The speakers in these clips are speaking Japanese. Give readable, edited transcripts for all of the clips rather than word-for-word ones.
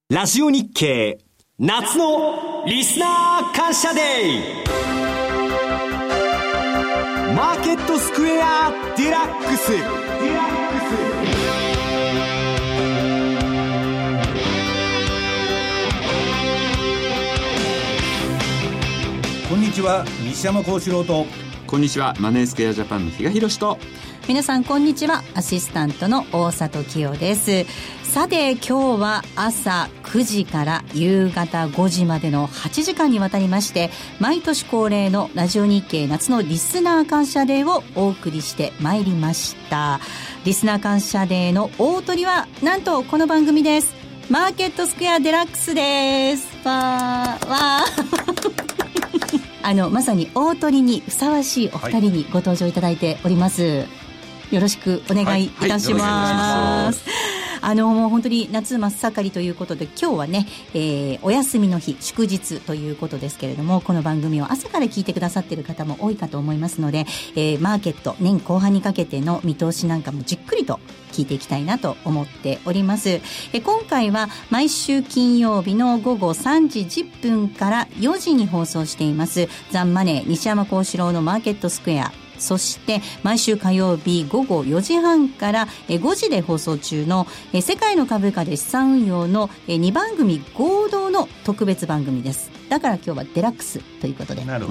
ラジオ日経夏のリスナー感謝デー、マーケットスクエアデラックス。 こんにちは、西山幸四郎と。 こんにちは、マネースクエアジャパンの比嘉宏と。 皆さんこんにちは、アシスタントの大里清です。さて今日は朝9時から夕方5時までの8時間にわたりまして、毎年恒例のラジオ日経夏のリスナー感謝デーをお送りしてまいりました。リスナー感謝デーの大トリはなんとこの番組です。マーケットスクエアデラックスです。わーまさに大トリにふさわしいお二人にご登場いただいております。よろしくお願いいたします。もう本当に夏真っ盛りということで、今日はね、お休みの日、祝日ということですけれども、この番組を朝から聞いてくださっている方も多いかと思いますので、マーケット年後半にかけての見通しなんかもじっくりと聞いていきたいなと思っております。今回は毎週金曜日の午後3時10分から4時に放送していますザンマネー西山幸四郎のマーケットスクエア、そして毎週火曜日午後4時半から5時で放送中の世界の株価で資産運用の2番組合同の特別番組です。だから今日はデラックスということで、はい、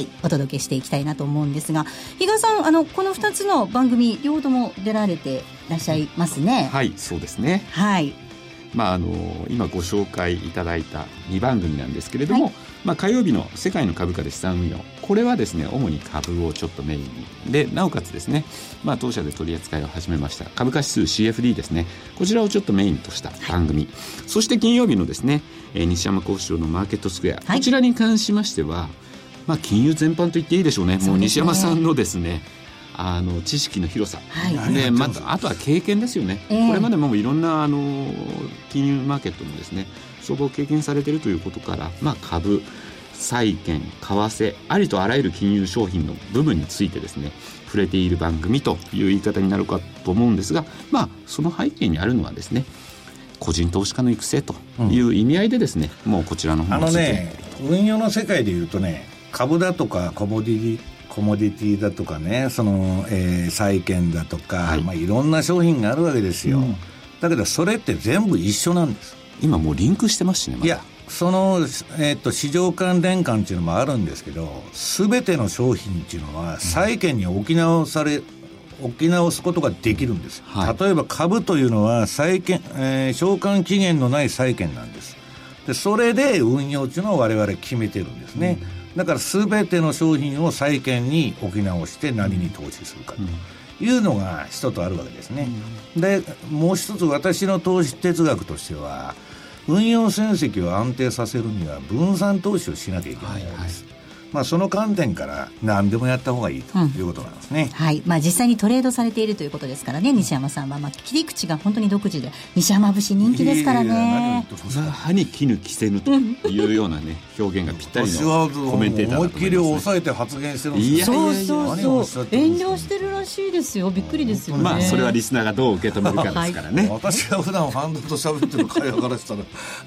お届けしていきたいなと思うんですが、比嘉さん、この2つの番組両方も出られていらっしゃいますね。 はい、そうですね。はい。今ご紹介いただいた2番組なんですけれども、はい、火曜日の世界の株価で資産運用、これはですね主に株をちょっとメインにで、なおかつですね、当社で取り扱いを始めました株価指数 CFD ですね、こちらをちょっとメインとした番組、はい、そして金曜日のですね、西山幸四郎のマーケットスクエア、はい、こちらに関しましては、金融全般と言っていいでしょうね。もう西山さんのですね知識の広さ、はい、であとは経験ですよね。これまでもいろんな金融マーケットのですね相場を経験されているということから、株、債券、為替、ありとあらゆる金融商品の部分についてですね触れている番組という言い方になるかと思うんですが、その背景にあるのはですね個人投資家の育成という意味合いでですね、もうこちらの方について運用の世界でいうとね、株だとかコモディティだとかね、債券だとか、はい、いろんな商品があるわけですよ、だけどそれって全部一緒なんです。 今もうリンクしてますしね、 いや市場関連感っていうのもあるんですけど、全ての商品っていうのは債券に置き直すことができるんです、はい、例えば株というのは債券、償還期限のない債券なんです。でそれで運用っていうのを我々決めてるんですね、だから全ての商品を債券に置き直して何に投資するかというのが一つあるわけですね、でもう一つ私の投資哲学としては、運用戦績を安定させるには分散投資をしなきゃいけないわけです、その観点から何でもやった方がいいということなんですね、 はい。実際にトレードされているということですからね、西山さんは、切り口が本当に独自で西山節人気ですからね。 歯に絹着せぬというようなね表現がぴったりのコメンテーターだと思いますね。 思いっきり抑えて発言してるんですよ。 そう遠慮してるらしいですよ。びっくりですよね。 それはリスナーがどう受け止めるかですからね、 私が普段ファンドと喋ってる会話からしたら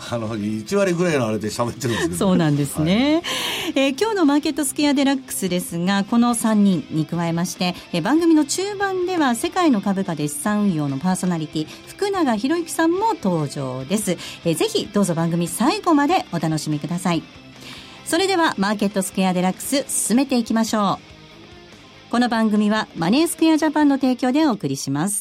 1割ぐらいのあれで喋ってるんですけど、 そうなんですね、今日のマーケットスクエアデラックスですが、この3人に加えまして、番組の中盤では世界の株価で資産運用のパーソナリティ福永博之さんも登場です。ぜひどうぞ番組最後までお楽しみください。それではマーケットスクエアデラックス進めていきましょう。この番組はマネースクエアジャパンの提供でお送りします。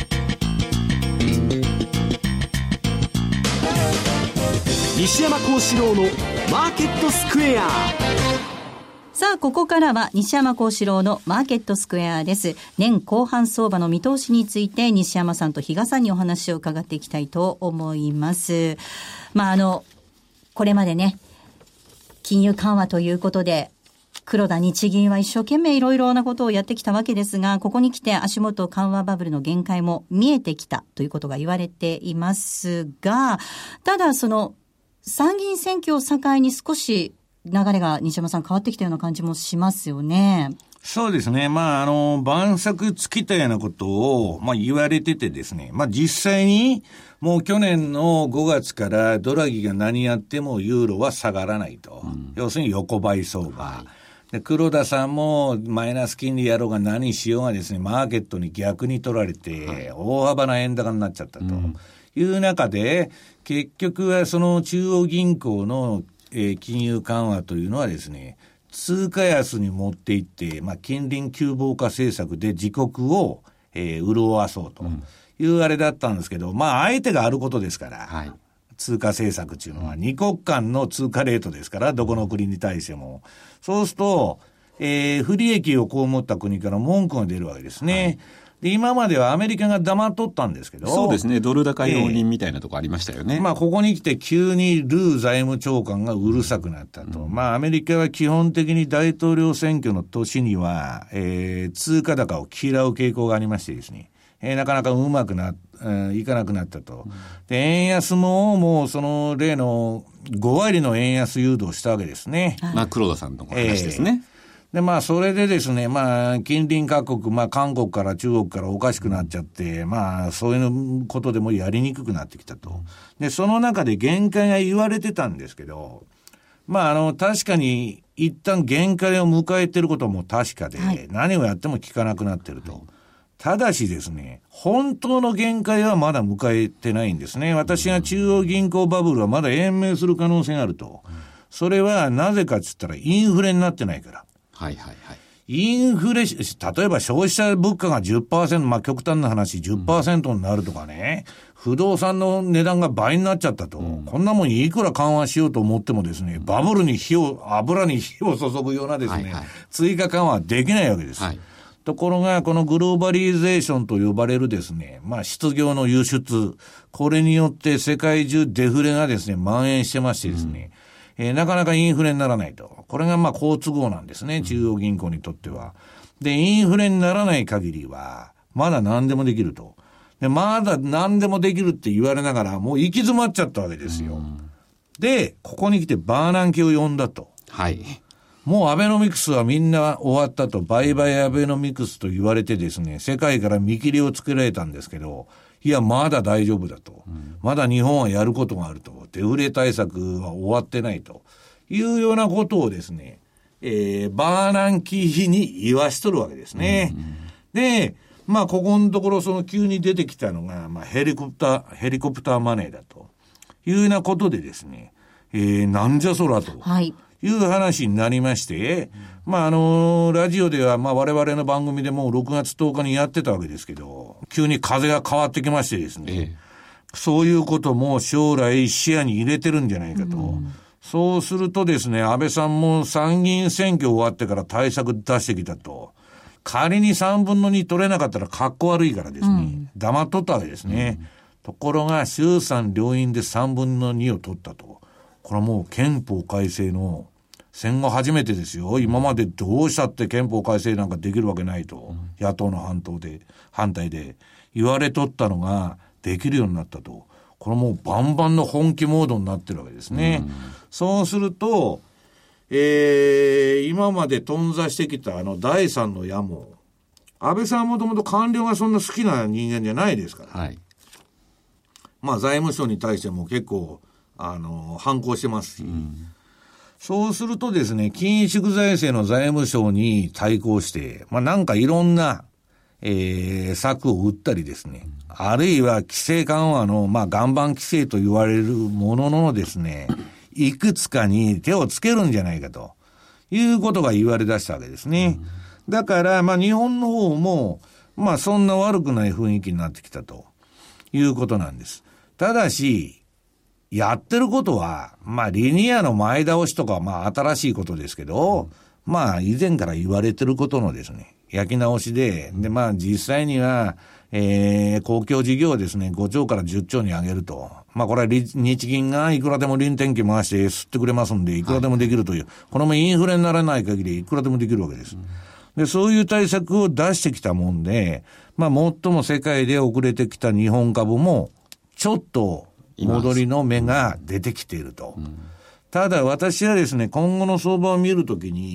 西山幸四郎のマーケットスクエア。 さあここからは西山幸四郎のマーケットスクエアです。年後半相場の見通しについて西山さんと比嘉さんにお話を伺っていきたいと思います。これまでね金融緩和ということで黒田日銀は一生懸命いろいろなことをやってきたわけですが、ここに来て足元緩和バブルの限界も見えてきたということが言われていますが、ただその参議院選挙を境に少し流れが西山さん変わってきたような感じもしますよね。 そうですね。晩作尽きたようなことを、言われててですね。実際に、もう去年の5月からドラギが何やってもユーロは下がらないと。要するに横ばい相場。はい、で、黒田さんもマイナス金利やろうが何しようがですね、マーケットに逆に取られて、大幅な円高になっちゃったという中で、結局はその中央銀行の、金融緩和というのはですね、通貨安に持っていって、近隣急防化政策で自国を、潤わそうというあれだったんですけど、相手があることですから、はい、通貨政策っていうのは二国間の通貨レートですから、どこの国に対しても。そうすると、不利益を被った国から文句が出るわけですね。はい、で、今まではアメリカが黙っとったんですけど。 そうですね。ドル高容認みたいなとこありましたよね。 ここに来て急にルー財務長官がうるさくなったと。アメリカは基本的に大統領選挙の年には、通貨高を嫌う傾向がありましてですね。なかなかうまくいかなくなったと。で、円安もうその例の5割の円安誘導したわけですね。 黒田さんの話ですね。 で、それでですね、近隣各国、韓国から中国からおかしくなっちゃって、そういうことでもやりにくくなってきたと。で、その中で限界が言われてたんですけど、確かに一旦限界を迎えてることも確かで、はい、何をやっても効かなくなってると。はい、ただしですね、本当の限界はまだ迎えてないんですね。私が中央銀行バブルはまだ延命する可能性があると。それはなぜかって言ったらインフレになってないから。 はいはいはい。 インフレ、例えば消費者物価が 10%、極端な話 10% になるとかね、不動産の値段が倍になっちゃったと、こんなもんいくら緩和しようと思ってもですね、バブルに油に火を注ぐようなですね、追加緩和はできないわけです。はい、ところが、このグローバリゼーションと呼ばれるですね、失業の輸出、これによって世界中デフレがですね、蔓延してましてですね、なかなかインフレにならないと。これが好都合なんですね、中央銀行にとっては。で、インフレにならない限りは、まだ何でもできると。で、まだ何でもできるって言われながら、もう行き詰まっちゃったわけですよ。で、ここに来てバーナンキを呼んだと。 はい。 もうアベノミクスはみんな終わったと、バイバイアベノミクスと言われてですね、世界から見切りをつけられたんですけど、いや、まだ大丈夫だと。まだ日本はやることがあると。デフレ対策は終わってないと。いうようなことをですね、バーナンキに言わしとるわけですね。で、ここのところその急に出てきたのが、ヘリコプターマネーだと。いうようなことでですね、なんじゃそらと。はい。いう話になりまして、ラジオでは我々の番組でもう6月10日にやってたわけですけど、急に風が変わってきましてですね、そういうことも将来視野に入れてるんじゃないかと。そうするとですね、安倍さんも参議院選挙終わってから対策出してきたと。仮に3分の2取れなかったらかっこ悪いからですね、黙っとったわけですね。ところが衆参両院で3分の2を取ったと。これはもう憲法改正の戦後初めてですよ。今までどうしたって憲法改正なんかできるわけないと。野党の反対で言われとったのができるようになったと。これもうバンバンの本気モードになってるわけですね。そうすると、今まで頓挫してきた第三の矢も、安倍さんはもともと官僚がそんな好きな人間じゃないですから。はい。財務省に対しても結構、反抗してますし。そうするとですね、緊縮財政の財務省に対抗して、なんかいろんな、策を打ったりですね、あるいは規制緩和の、岩盤規制と言われるもののですね、いくつかに手をつけるんじゃないかということが言われ出したわけですね。だから、日本の方も、そんな悪くない雰囲気になってきたということなんです。ただし、やってることは、リニアの前倒しとかは新しいことですけど、以前から言われてることのですね、焼き直しで、実際には、公共事業をですね、5兆から10兆に上げると。これは日銀がいくらでも臨転機回して吸ってくれますんで、いくらでもできるという。これもインフレにならない限り、いくらでもできるわけです。で、そういう対策を出してきたもんで、最も世界で遅れてきた日本株も、ちょっと戻りの目が出てきていると。ただ私はですね、今後の相場を見るときに、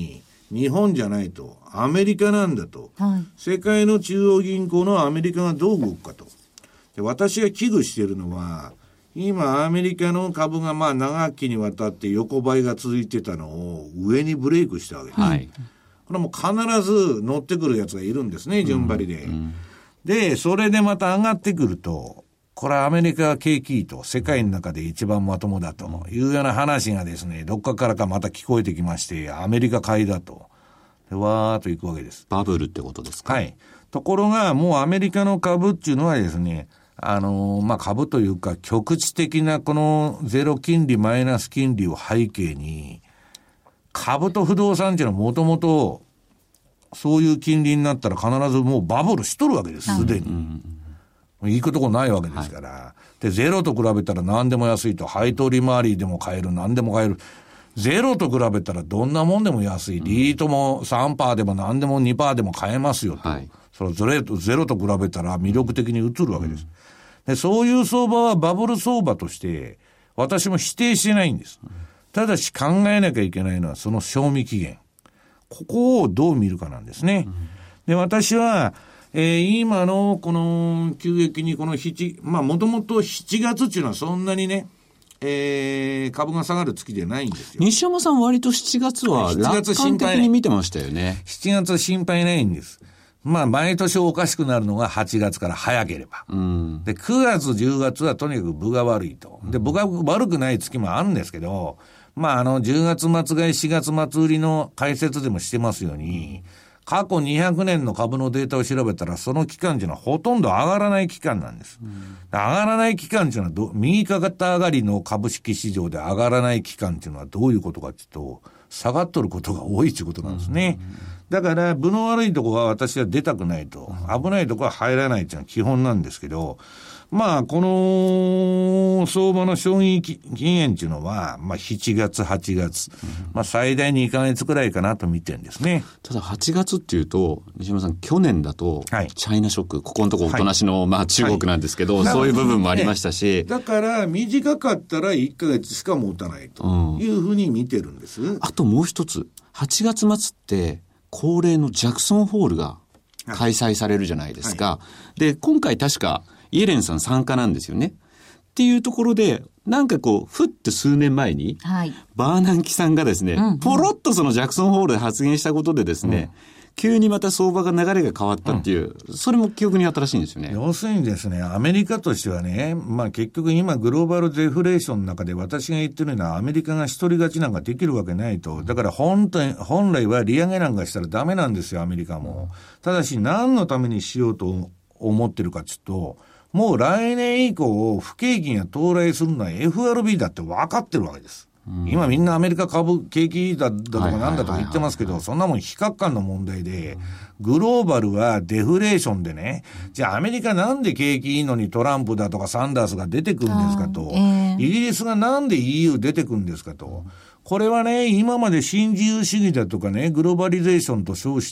日本じゃないと、アメリカなんだと、世界の中央銀行のアメリカがどう動くかと。で、私が危惧しているのは、今アメリカの株が長きにわたって横ばいが続いてたのを上にブレイクしたわけです。これはもう必ず乗ってくるやつがいるんですね、順張りで。で、それでまた上がってくると、これはアメリカが景気いいと、世界の中で一番まともだというような話がですね、どっかからかまた聞こえてきまして、アメリカ買いだと。で、わーっといくわけです。 バブルってことですか？ はい。ところが、もうアメリカの株っていうのはですね、株というか、局地的なこのゼロ金利、マイナス金利を背景に、株と不動産っていうのはもともと、そういう金利になったら必ずもうバブルしとるわけです、すでに。いいことこないわけですから。で、ゼロと比べたら何でも安いと、配当利回りでも買える、何でも買える。ゼロと比べたらどんなもんでも安い。リートも 3% でも何でも 2% でも買えますよと。そのゼロと比べたら魅力的に映るわけです。で、そういう相場はバブル相場として、私も否定してないんです。ただし考えなきゃいけないのはその賞味期限。ここをどう見るかなんですね。で、私は、今のこの急激にこのもともと7月っていうのはそんなにね、株が下がる月でないんですよ。 西山さん割と7月は楽観的に見てましたよね。 7月は心配ないんです。毎年おかしくなるのが8月から早ければ。で、9月、10月はとにかく分が悪いと。で、分が悪くない月もあるんですけど、10月末買い、4月末売りの解説でもしてますように、過去200年の株のデータを調べたら、その期間というのはほとんど上がらない期間なんです。上がらない期間というのは右肩上がりの株式市場で上がらない期間というのはどういうことかというと、下がっとることが多いということなんですね。だから、分の悪いところは私は出たくないと。危ないところは入らないというのは基本なんですけど、この相場の賞味期限っていうのは、7月、8月、最大2ヶ月くらいかなと見てるんですね。 ただ8月っていうと、西山さん、去年だと、チャイナショック、ここのとこおとなしの、中国なんですけど、そういう部分もありましたし。 だから、短かったら1ヶ月しか持たないというふうに見てるんです。 あともう一つ、8月末って、恒例のジャクソンホールが開催されるじゃないですか。で、今回確か、イエレンさん参加なんですよね。っていうところで、ふって数年前に、バーナンキさんがですね、ポロッとそのジャクソンホールで発言したことでですね、急にまた相場が流れが変わったっていう、それも記憶に新しいんですよね。 要するにですね、アメリカとしてはね、結局今グローバルデフレーションの中で私が言ってるのはアメリカが一人勝ちなんかできるわけないと。だから本来は利上げなんかしたらダメなんですよ、アメリカも。ただし何のためにしようと思ってるかっていうと、もう来年以降不景気が到来するのは FRB だって分かってるわけです。今みんなアメリカ株景気だとかなんだとか言ってますけど、そんなもん非核感の問題で、グローバルはデフレーションでね、じゃあアメリカなんで景気いいのにトランプだとかサンダースが出てくるんですかと、イギリスがなんで EU 出てくるんですかと、これはね、今まで新自由主義だとかね、グローバリゼーションと称して、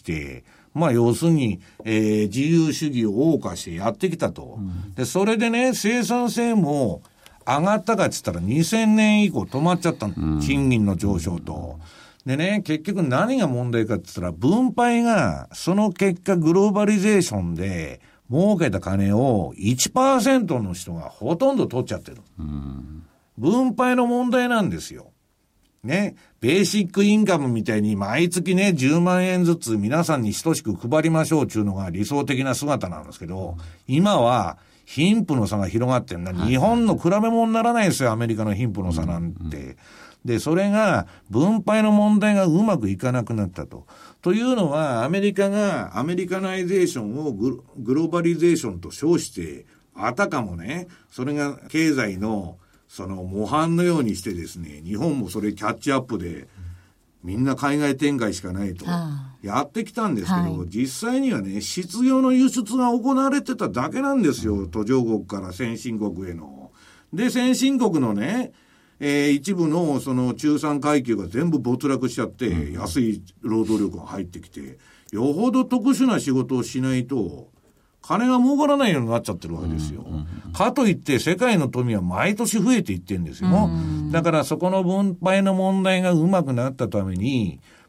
要するに、自由主義を謳歌してやってきたと。で、それでね、生産性も上がったかって言ったら2000年以降止まっちゃったの。賃金の上昇と。でね、結局何が問題かって言ったら、分配が、その結果グローバリゼーションで儲けた金を 1% の人がほとんど取っちゃってる。分配の問題なんですよ。ね、ベーシックインカムみたいに毎月ね、10万円ずつ皆さんに等しく配りましょうっていうのが理想的な姿なんですけど、今は貧富の差が広がってるんだ。日本の比べ物にならないですよ、アメリカの貧富の差なんて。で、それが分配の問題がうまくいかなくなったと。というのは、アメリカがアメリカナイゼーションをグローバリゼーションと称して、あたかもね、それが経済のその模範のようにしてですね、日本もそれキャッチアップでみんな海外展開しかないとやってきたんですけど、実際にはね、失業の輸出が行われてただけなんですよ、途上国から先進国への。で、先進国のね、一部のその中産階級が全部没落しちゃって、安い労働力が入ってきて、よほど特殊な仕事をしないと金が儲からないようになっちゃってるわけですよ。かといって世界の富は毎年増えていってるんですよ。だからそこの分配の問題がうまくなったために、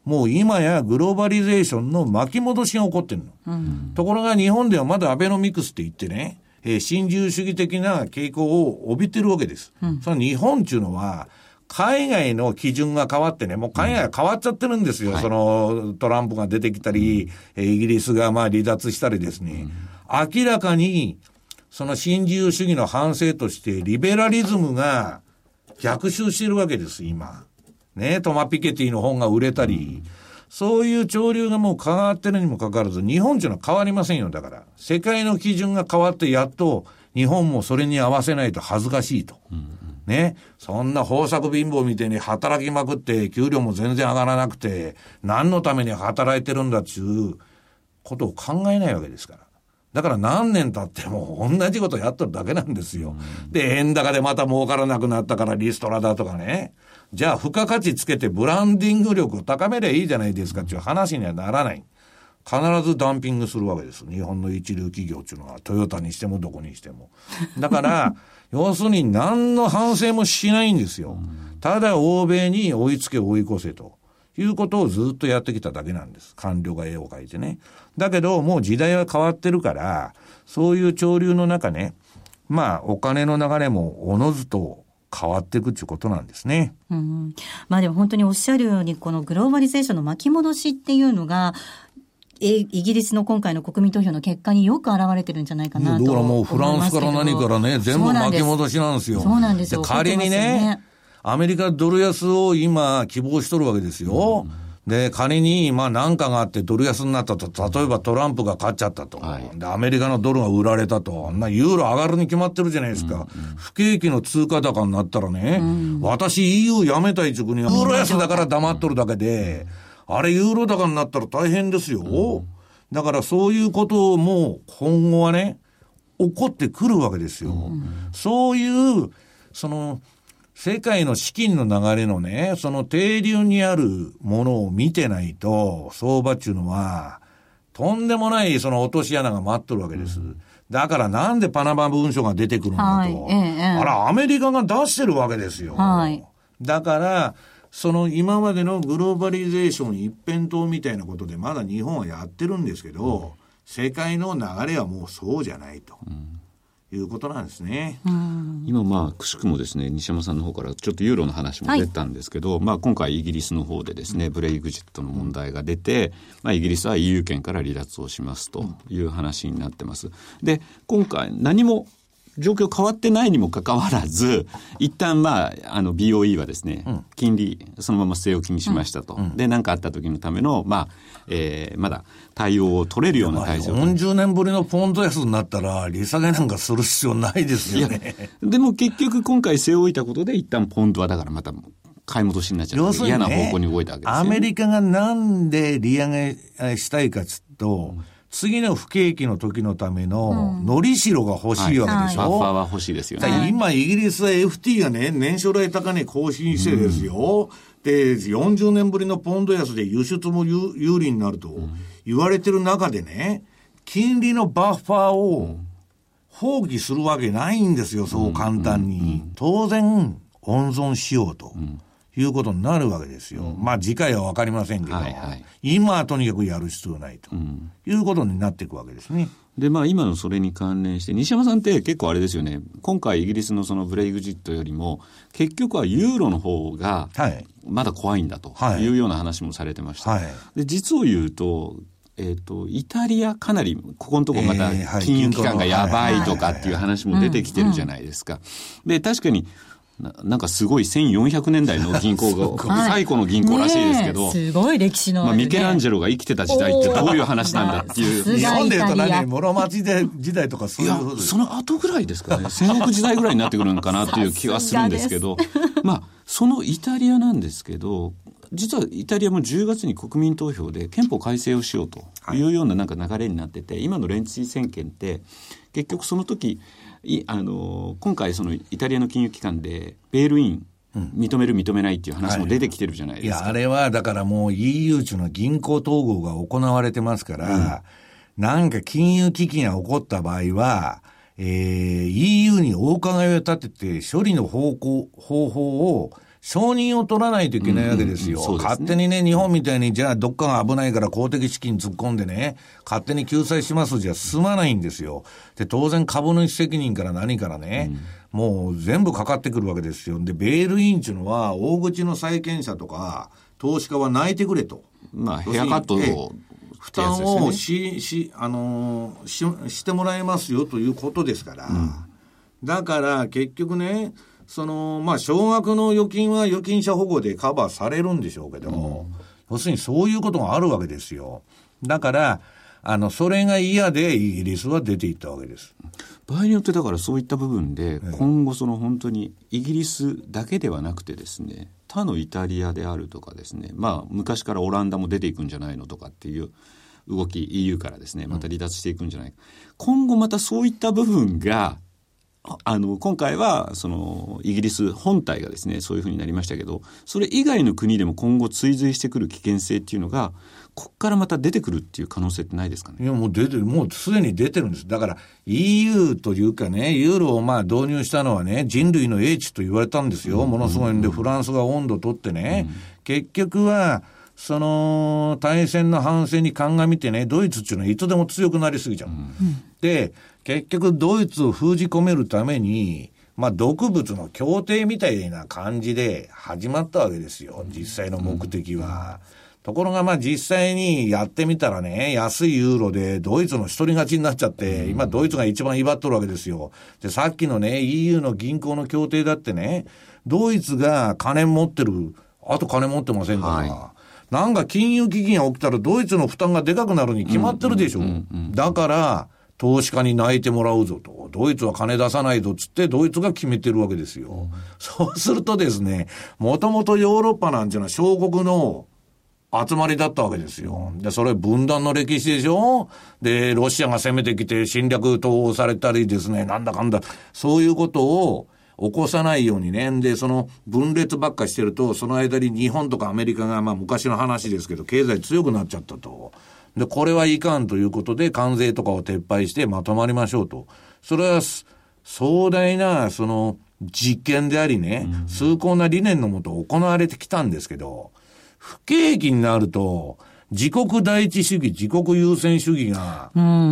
もう今やグローバリゼーションの巻き戻しが起こってるの。ところが日本ではまだアベノミクスって言ってね、新自由主義的な傾向を帯びてるわけです。その日本っていうのは、海外の基準が変わってね、もう海外が変わっちゃってるんですよ。そのトランプが出てきたり、イギリスがまあ離脱したりですね。明らかに、その新自由主義の反省として、リベラリズムが逆襲してるわけです、今。ね、トマ・ピケティの本が売れたり、そういう潮流がもう変わってるにもかかわらず、日本っていうのは変わりませんよ。だから、世界の基準が変わって、やっと日本もそれに合わせないと恥ずかしいと。ね、そんな豊作貧乏みたいに働きまくって給料も全然上がらなくて何のために働いてるんだっていうことを考えないわけですから。だから何年経っても同じことやってるだけなんですよ。で、円高でまた儲からなくなったからリストラだとかね。じゃあ付加価値つけてブランディング力を高めればいいじゃないですかっていう話にはならない。必ずダンピングするわけです。日本の一流企業っていうのはトヨタにしてもどこにしても。だから要するに何の反省もしないんですよ。ただ欧米に追いつけ追い越せということをずっとやってきただけなんです。官僚が絵を描いてね。だけどもう時代は変わってるから、そういう潮流の中ね、まあお金の流れもおのずと変わっていくっていうことなんですね。 まあでも本当におっしゃるようにこのグローバリゼーションの巻き戻しっていうのがイギリスの今回の国民投票の結果によく現れてるんじゃないかなと思いますけど。 だからもうフランスから何からね、全部巻き戻しなんですよ。 そうなんですよ。 仮にね、アメリカドル安を今希望しとるわけですよ。で、仮にまあ何かがあってドル安になったと、例えばトランプが勝っちゃったと。で、アメリカのドルが売られたと。ユーロ上がるに決まってるじゃないですか。不景気の通貨高になったらね、私 EU 辞めたいっていう国はユーロ安だから黙っとるだけで、あれユーロ高になったら大変ですよ。だからそういうことも今後はね、起こってくるわけですよ。そういう、その、世界の資金の流れのね、その底流にあるものを見てないと、相場っていうのは、とんでもないその落とし穴が待っとるわけです。だからなんでパナマ文書が出てくるんだと。あら、アメリカが出してるわけですよ。だから、その今までのグローバリゼーション一辺倒みたいなことでまだ日本はやってるんですけど、世界の流れはもうそうじゃないと。いうことなんですね。 今まあくしくもですね、西山さんの方からちょっとユーロの話も出たんですけど、まあ今回イギリスの方でですね、ブレイグジットの問題が出て、まあイギリスは EU 圏から離脱をしますという話になってます。で、今回何も状況変わってないにもかかわらず、一旦まあBOE はですね、金利そのまま据え置きにしましたと。で、何かあった時のためのまあまだ対応を取れるような体制を。 40年ぶりのポンド安になったら利下げなんかする必要ないですよね。 でも結局今回据え置いたことで一旦ポンドはだからまた買い戻しになっちゃう、嫌な方向に動いたわけですよね。 アメリカがなんで利上げしたいかっつうと、次の不景気の時のためののりしろが欲しいわけでしょ。 バッファーは欲しいですよね。 今イギリスは FT がね、年初来高値更新してですよ。で、40年ぶりのポンド安で輸出も有利になると言われてる中でね、金利のバッファーを放棄するわけないんですよ、そう簡単に。当然温存しようということになるわけですよ。まあ次回は分かりませんけど、今はとにかくやる必要ないということになっていくわけですね。 で、まあ今のそれに関連して、西山さんって結構あれですよね、今回イギリスのそのブレイグジットよりも、結局はユーロの方がまだ怖いんだというような話もされてました。で、実を言うと、イタリアかなりここのところまた金融機関がやばいとかっていう話も出てきてるじゃないですか。で、確かになんかすごい1400年代の銀行が最古の銀行らしいですけど、 すごい歴史のあるね、 ミケランジェロが生きてた時代ってどういう話なんだっていう。 日本で言うと何、室町時代とかそういうことです。 いや、その後ぐらいですかね。戦国時代ぐらいになってくるのかなっていう気はするんですけど、まあそのイタリアなんですけど、実はイタリアも10月に国民投票で憲法改正をしようというようななんか流れになってて、今のレンツィ政権って結局その時今回そのイタリアの金融機関でベールイン認める認めないっていう話も出てきてるじゃないですか。 いや、あれはだからもう EU 中の銀行統合が行われてますから、なんか金融危機が起こった場合は、EU にお伺いを立てて処理の方法を承認を取らないといけないわけですよ。そうですね、勝手にね、日本みたいに、じゃあどっかが危ないから公的資金突っ込んでね、勝手に救済しますじゃ済まないんですよ。で、当然株主責任から何からね、もう全部かかってくるわけですよ。で、ベールインっていうのは、大口の債権者とか、投資家は泣いてくれと。 まあ、ヘアカットを、 負担をしてもらいますよということですから。だから結局ね、少額の預金は預金者保護でカバーされるんでしょうけど、要するにそういうことがあるわけですよ。だから、それが嫌でイギリスは出ていったわけです。 場合によってだからそういった部分で、今後本当にイギリスだけではなくてですね、他のイタリアであるとかですね、昔からオランダも出ていくんじゃないのとかっていう動き、EU からですね、また離脱していくんじゃないか。今後またそういった部分が、今回はイギリス本体がですねそういうふうになりましたけど、それ以外の国でも今後追随してくる危険性っていうのがここからまた出てくるっていう可能性ってないですかね。 いや、もう出てる、もうすでに出てるんです。だから EU というかね、ユーロを導入したのはね、人類の英知と言われたんですよ。ものすごいんで、フランスが温度取ってね、結局は大戦の反省に鑑みてね、ドイツっていうのはいつでも強くなりすぎちゃう。で、結局ドイツを封じ込めるために、毒物の協定みたいな感じで始まったわけですよ、実際の目的は。ところが実際にやってみたらね、安いユーロでドイツの一人勝ちになっちゃって、今ドイツが一番威張っとるわけですよ。で、さっきのね、EU の銀行の協定だってね、ドイツが金持ってる、あと金持ってませんから、なんか金融危機が起きたらドイツの負担がでかくなるに決まってるでしょ。だから、投資家に泣いてもらうぞと。ドイツは金出さないぞっつってドイツが決めてるわけですよ。そうするとですね、もともとヨーロッパなんていうのは小国の集まりだったわけですよ。で、それ分断の歴史でしょ。で、ロシアが攻めてきて侵略投されたりですね、なんだかんだ、そういうことを起こさないようにね。で、分裂ばっかしてると、その間に日本とかアメリカが、昔の話ですけど、経済強くなっちゃったと。で、これはいかんということで、関税とかを撤廃してまとまりましょうと。それは、壮大な、実験でありね、崇高な理念のもと行われてきたんですけど、不景気になると、自国第一主義、自国優先主義が、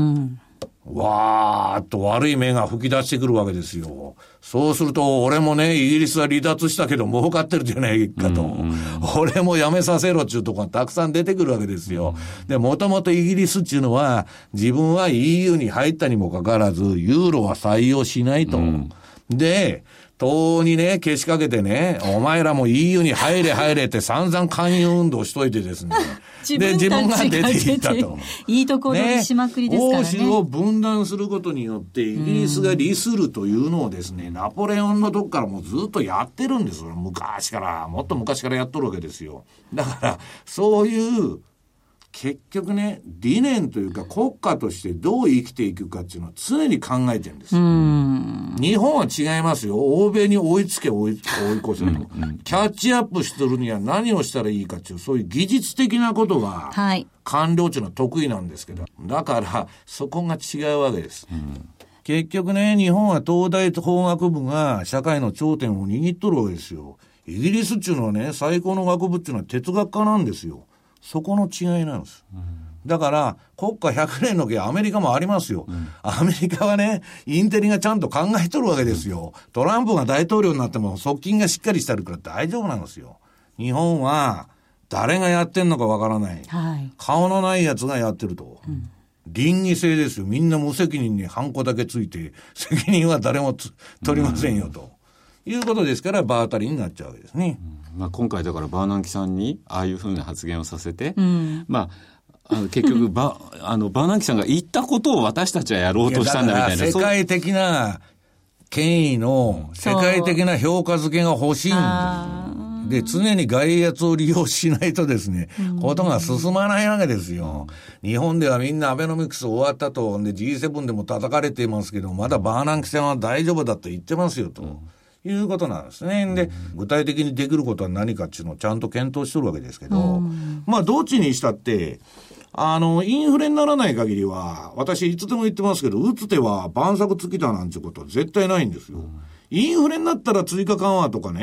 わーっと悪い目が吹き出してくるわけですよ。そうすると、俺もね、イギリスは離脱したけど儲かってるじゃないかと。俺もやめさせろっていうところがたくさん出てくるわけですよ。で、もともとイギリスっていうのは、自分は EU に入ったにもかかわらず、ユーロは採用しないと。で、党にね、けしかけてね、お前らも EU に入れって散々勧誘運動しといてですね。で、自分が出ていったと。 いいところにしまくりですからね。 欧州を分断することによって、イギリスが利するというのをですね、ナポレオンのとこからもうずっとやってるんですよ。昔から、もっと昔からやっとるわけですよ。だから、そういう、結局ね、理念というか国家としてどう生きていくかっていうのは常に考えてるんです。日本は違いますよ。欧米に追いつけ追い越せと。キャッチアップしてるには何をしたらいいかっていう、そういう技術的なことが、官僚っていうのは得意なんですけど、だからそこが違うわけです。結局ね、日本は東大法学部が社会の頂点を握っとるわけですよ。イギリスっていうのはね、最高の学部っていうのは哲学科なんですよ。そこの違いなんです。だから国家100年の計アメリカもありますよ。アメリカはね、インテリがちゃんと考えとるわけですよ。トランプが大統領になっても側近がしっかりしてるから大丈夫なんですよ。日本は誰がやってんのかわからない、顔のないやつがやってると、倫理性ですよ。みんな無責任にハンコだけついて責任は誰も取りませんよと、いうことですから場当たりになっちゃうわけですね。 今回だからバーナンキさんにああいうふうな発言をさせて、結局バーナンキさんが言ったことを私たちはやろうとしたんだみたいな。 世界的な権威の世界的な評価付けが欲しいんです。で、常に外圧を利用しないとですね、ことが進まないわけですよ。日本ではみんなアベノミクス終わったと。で、G7 でも叩かれていますけど、まだバーナンキさんは大丈夫だと言ってますよと。いうことなんですね。で、具体的にできることは何かっていうのをちゃんと検討してるわけですけど、どっちにしたって、インフレにならない限りは、私いつでも言ってますけど、打つ手は万策尽きたなんてことは絶対ないんですよ。インフレになったら追加緩和とかね、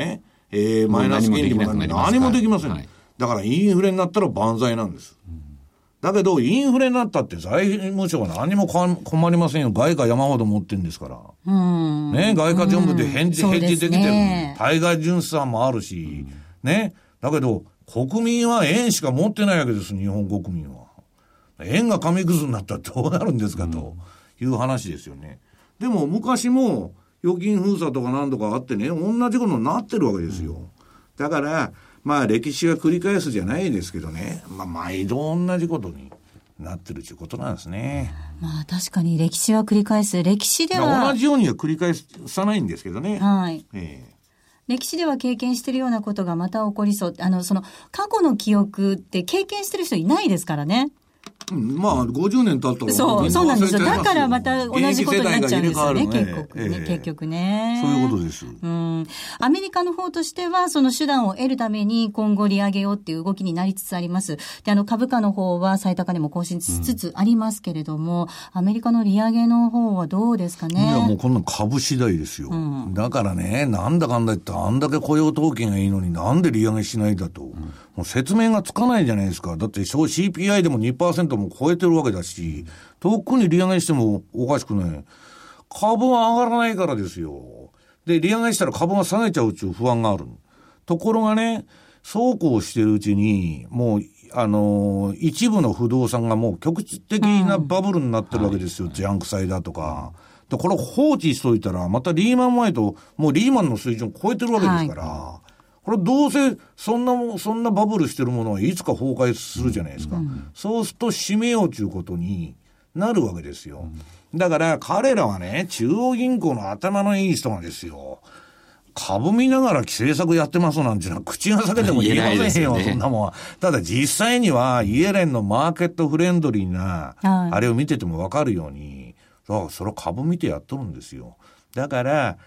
マイナス金利も何もできません、 はい、 だからインフレになったら万歳なんです、だけどインフレになったって財務省は何も困りませんよ。外貨山ほど持ってるんですから、ね、外貨全部でヘッジできてる、対外純資産もあるし、ね、だけど国民は円しか持ってないわけです。日本国民は円が紙くずになったらどうなるんですかという話ですよね。でも昔も預金封鎖とか何とかあってね、同じことになってるわけですよ。だからまあ歴史は繰り返すじゃないですけどね、まあ毎度同じことになってるということなんですね。 まあ確かに歴史は繰り返す。歴史では同じようには繰り返さないんですけどね。 はい。歴史では経験しているようなことがまた起こりそう。その過去の記憶って経験してる人いないですからね。 まあ50年経ったらそうなんですよ。だからまた同じことになっちゃうんですよね、結局ね。 そういうことです。 アメリカの方としてはその手段を得るために今後利上げようっていう動きになりつつあります。で、株価の方は最高値も更新しつつありますけれども、アメリカの利上げの方はどうですかね。 いやもうこんな株次第ですよ、だからね、なんだかんだ言ってあんだけ雇用統計がいいのになんで利上げしないんだと、もう説明がつかないじゃないですか。だって CPI でも 2%も超えてるわけだし、とっくに利上げしてもおかしくない。株は上がらないからですよ。で、利上げしたら株が下げちゃうっていう不安がある。ところがね、そうこうしてるうちにもう一部の不動産がもう局地的なバブルになってるわけですよ、ジャンク債だとか。でこれ放置しといたらまたリーマン前ともうリーマンの水準を超えてるわけですから、これどうせそんなバブルしてるものはいつか崩壊するじゃないですか、そうすると閉めようということになるわけですよ、だから彼らはね、中央銀行の頭のいい人がですよ、株見ながら政策やってますなんていうのは口が裂けても言えませんよ、そんなもんは。ただ実際にはイエレンのマーケットフレンドリーな、あれを見てても分かるように、それを株見てやっとるんですよ。だから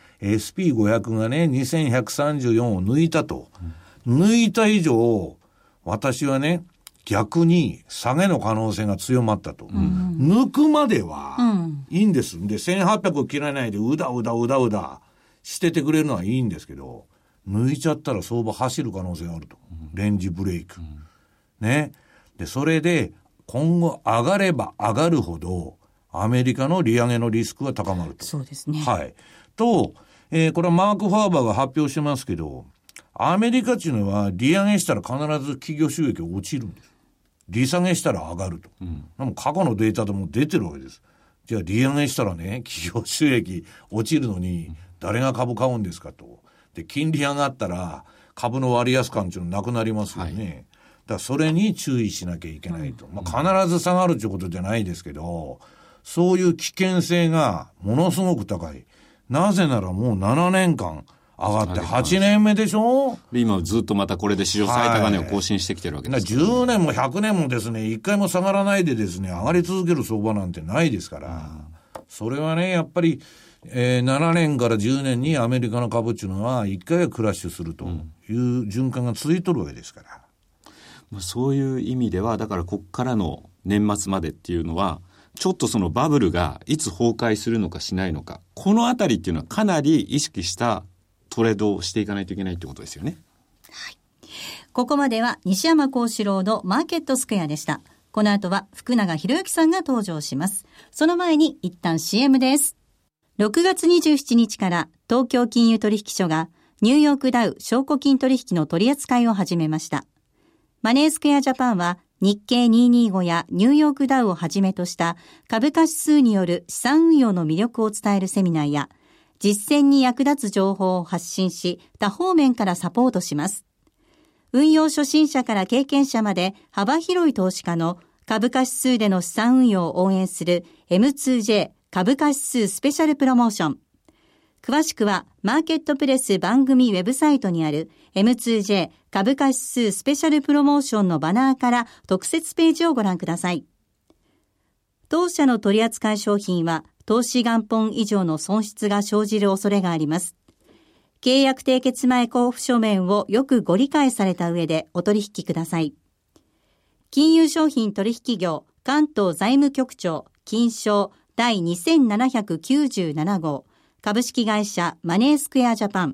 SP500 がね2134を抜いたと、抜いた以上私はね逆に下げの可能性が強まったと、抜くまではいいんです、で1800を切らないでうだしててくれるのはいいんですけど、抜いちゃったら相場走る可能性があると、レンジブレイク、ね。でそれで今後上がれば上がるほどアメリカの利上げのリスクが高まると。 そうですね。 はい。と、これはマーク・ファーバーが発表してますけど、アメリカっていうのは利上げしたら必ず企業収益が落ちるんです。利下げしたら上がると。でも過去のデータでも出てるわけです。じゃあ利上げしたらね、企業収益落ちるのに誰が株買うんですかと。で、金利上がったら株の割安感っていうのなくなりますよね。だからそれに注意しなきゃいけないと。必ず下がるということじゃないですけど、そういう危険性がものすごく高い。なぜならもう7年間上がって8年目でしょ。 で今ずっとまたこれで史上最高値を更新してきてるわけですから、ね、 10年も100年もですね、一回も下がらないでですね、上がり続ける相場なんてないですから、それはね、やっぱり、7年から10年にアメリカの株っていうのは一回はクラッシュするという循環が続いとるわけですから、 そういう意味ではだからこっからの年末までっていうのはちょっとそのバブルがいつ崩壊するのかしないのか、このあたりっていうのはかなり意識したトレードをしていかないといけないってことですよね。 はい。ここまでは西山幸四郎のマーケットスクエアでした。この後は福永博之さんが登場します。その前に一旦 CM です。6月27日から東京金融取引所がニューヨークダウ証拠金取引の取り扱いを始めました。マネースクエアジャパンは日経225やニューヨークダウをはじめとした株価指数による資産運用の魅力を伝えるセミナーや実践に役立つ情報を発信し多方面からサポートします。運用初心者から経験者まで幅広い投資家の株価指数での資産運用を応援する M2J 株価指数スペシャルプロモーション。詳しくはマーケットプレス番組ウェブサイトにある M2J 株価指数スペシャルプロモーションのバナーから特設ページをご覧ください。当社の取扱い商品は投資元本以上の損失が生じる恐れがあります。契約締結前交付書面をよくご理解された上でお取引ください。金融商品取引業関東財務局長金商第2797号株式会社マネースクエアジャパン。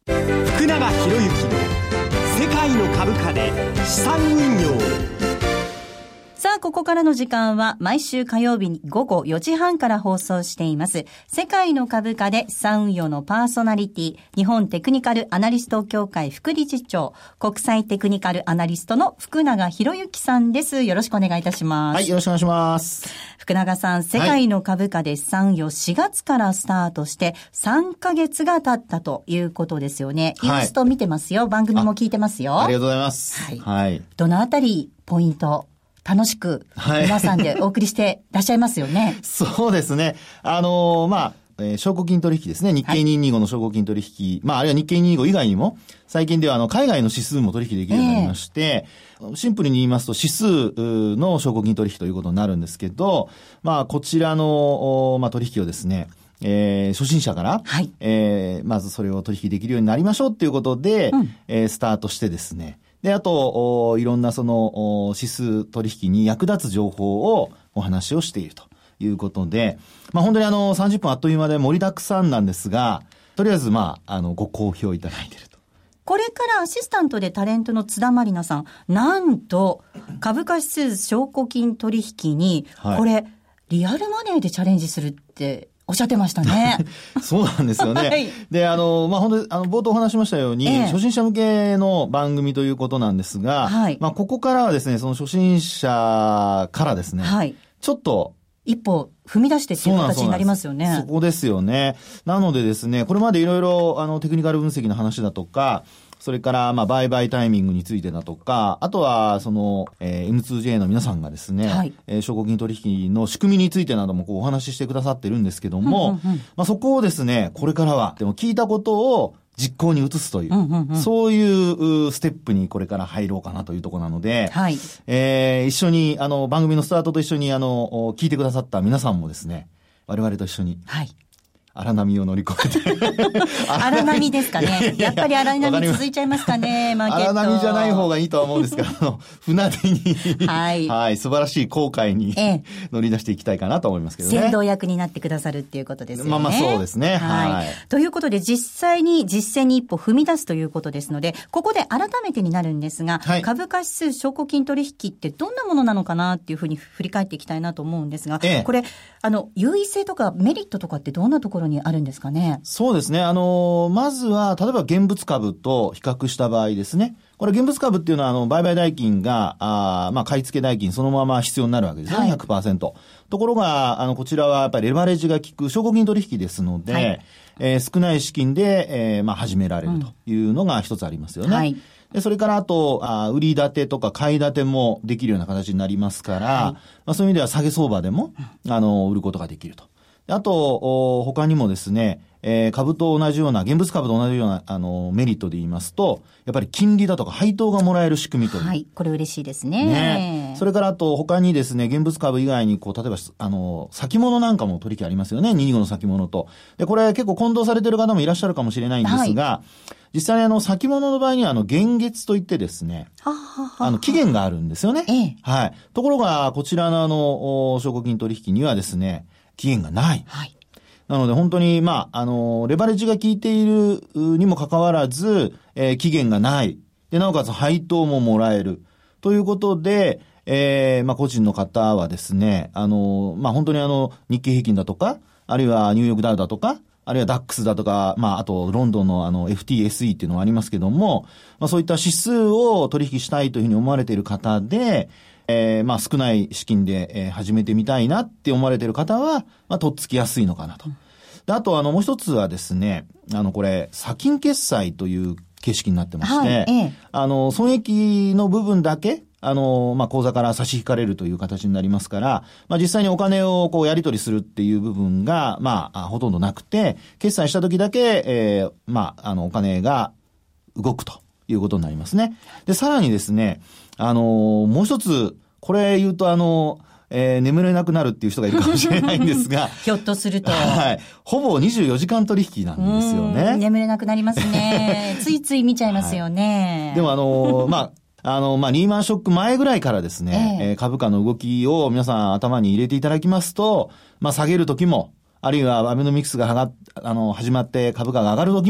福永博之の世界の株価で資産運用。 さあ、ここからの時間は毎週火曜日に午後4時半から放送しています。世界の株価で資産運用のパーソナリティ、日本テクニカルアナリスト協会副理事長、国際テクニカルアナリストの福永博之さんです。よろしくお願いいたします。 はい、よろしくお願いします。 福永さん、世界の株価で資産運用4月からスタートして3ヶ月が経ったということですよね。ユースト見てますよ。番組も聞いてますよ。 ありがとうございます。 はい。 はい、 どのあたりポイント楽しく皆さんでお送りしていらっしゃいますよね。 そうですね。証拠金取引ですね。日経225の証拠金取引、あるいは日経225以外にも、最近では海外の指数も取引できるようになりまして、シンプルに言いますと指数の証拠金取引ということになるんですけど、こちらの、取引をですね、初心者から、はい、まずそれを取引できるようになりましょうっていうことで、スタートしてですね、で、あと、いろんな指数取引に役立つ情報をお話をしているということで、本当に30分あっという間で盛りだくさんなんですが、とりあえずご好評いただいていると。 これからアシスタントでタレントの津田まりなさん、なんと、株価指数証拠金取引に、これ、リアルマネーでチャレンジするって、おっしゃってましたね。 そうなんですよね。はい、で、本当に、冒頭お話しましたように、初心者向けの番組ということなんですが、はい、ここからはですね、その初心者からですね、はい、ちょっと、 一歩踏み出してっていう形になりますよね。 そこですよね。なのでですね、これまでいろいろ、テクニカル分析の話だとか、それから、売買タイミングについてだとか、あとは、M2J の皆さんがですね、はい、証拠金取引の仕組みについてなどもお話ししてくださってるんですけども、そこをですね、これからは、でも聞いたことを実行に移すという、そういうステップにこれから入ろうかなというところなので、はい、一緒に、番組のスタートと一緒に、聞いてくださった皆さんもですね、我々と一緒に、はい、荒波を乗り越えて荒波ですかね。やっぱり荒波続いちゃいますかね、マーケット。 荒波じゃない方がいいとは思うんですが、船出にはい、はい、素晴らしい航海に、乗り出していきたいかなと思いますけどね。 先導役になってくださるっていうことですよね。 そうですね。 はい。ということで、実際に実践に一歩踏み出すということですので、ここで改めてになるんですが、はい、株価指数証拠金取引ってどんなものなのかなっていうふうに振り返っていきたいなと思うんですが、これ、優位性とかメリットとかってどんなところにあるんですかね。 そうですね。まずは、例えば現物株と比較した場合ですね。これ現物株っていうのは、売買代金が、買い付け代金そのまま必要になるわけですね。はい、100%。ところが、こちらはやっぱりレバレッジが効く証拠金取引ですので、はい、少ない資金で、始められるというのが一つありますよね。はい。で、それからあと、売り立てとか買い立てもできるような形になりますから、はい、そういう意味では下げ相場でも、売ることができると。あと、他にもですね、株と同じような、現物株と同じような、メリットで言いますと、やっぱり金利だとか配当がもらえる仕組みという。 はい、これ嬉しいですね。 それからあと、他にですね、現物株以外に、例えば、先物なんかも取引ありますよね。225の先物と。で、これ結構混同されている方もいらっしゃるかもしれないんですが、はい、実際に先物の場合には、現月といってですね、期限があるんですよね。はい。ところが、こちらの、証拠金取引にはですね、期限がない。はい。なので本当に、レバレッジが効いているにもかかわらず、期限がない。で、なおかつ配当ももらえる。ということで、個人の方はですね、本当に日経平均だとか、あるいはニューヨークダウだとか、あるいはダックスだとか、あとロンドンのFTSE っていうのがありますけども、そういった指数を取引したいというふうに思われている方で、少ない資金で、始めてみたいなって思われている方は、とっつきやすいのかなと。で、あともう一つはですね、これ、先金決済という形式になってまして、はい、損益の部分だけ、口座から差し引かれるという形になりますから、実際にお金をやり取りするっていう部分が、ほとんどなくて、決済した時だけ、お金が動くということになりますね。で、さらにですね、もう一つ、これ言うと眠れなくなるっていう人がいるかもしれないんですが。 ひょっとすると。 はい。ほぼ24時間取引なんですよね。 眠れなくなりますね。ついつい見ちゃいますよね。 はい、でもリーマンショック前ぐらいからですね、株価の動きを皆さん頭に入れていただきますと、下げる時も、あるいはアベノミクスが始まって株価が上がる時も、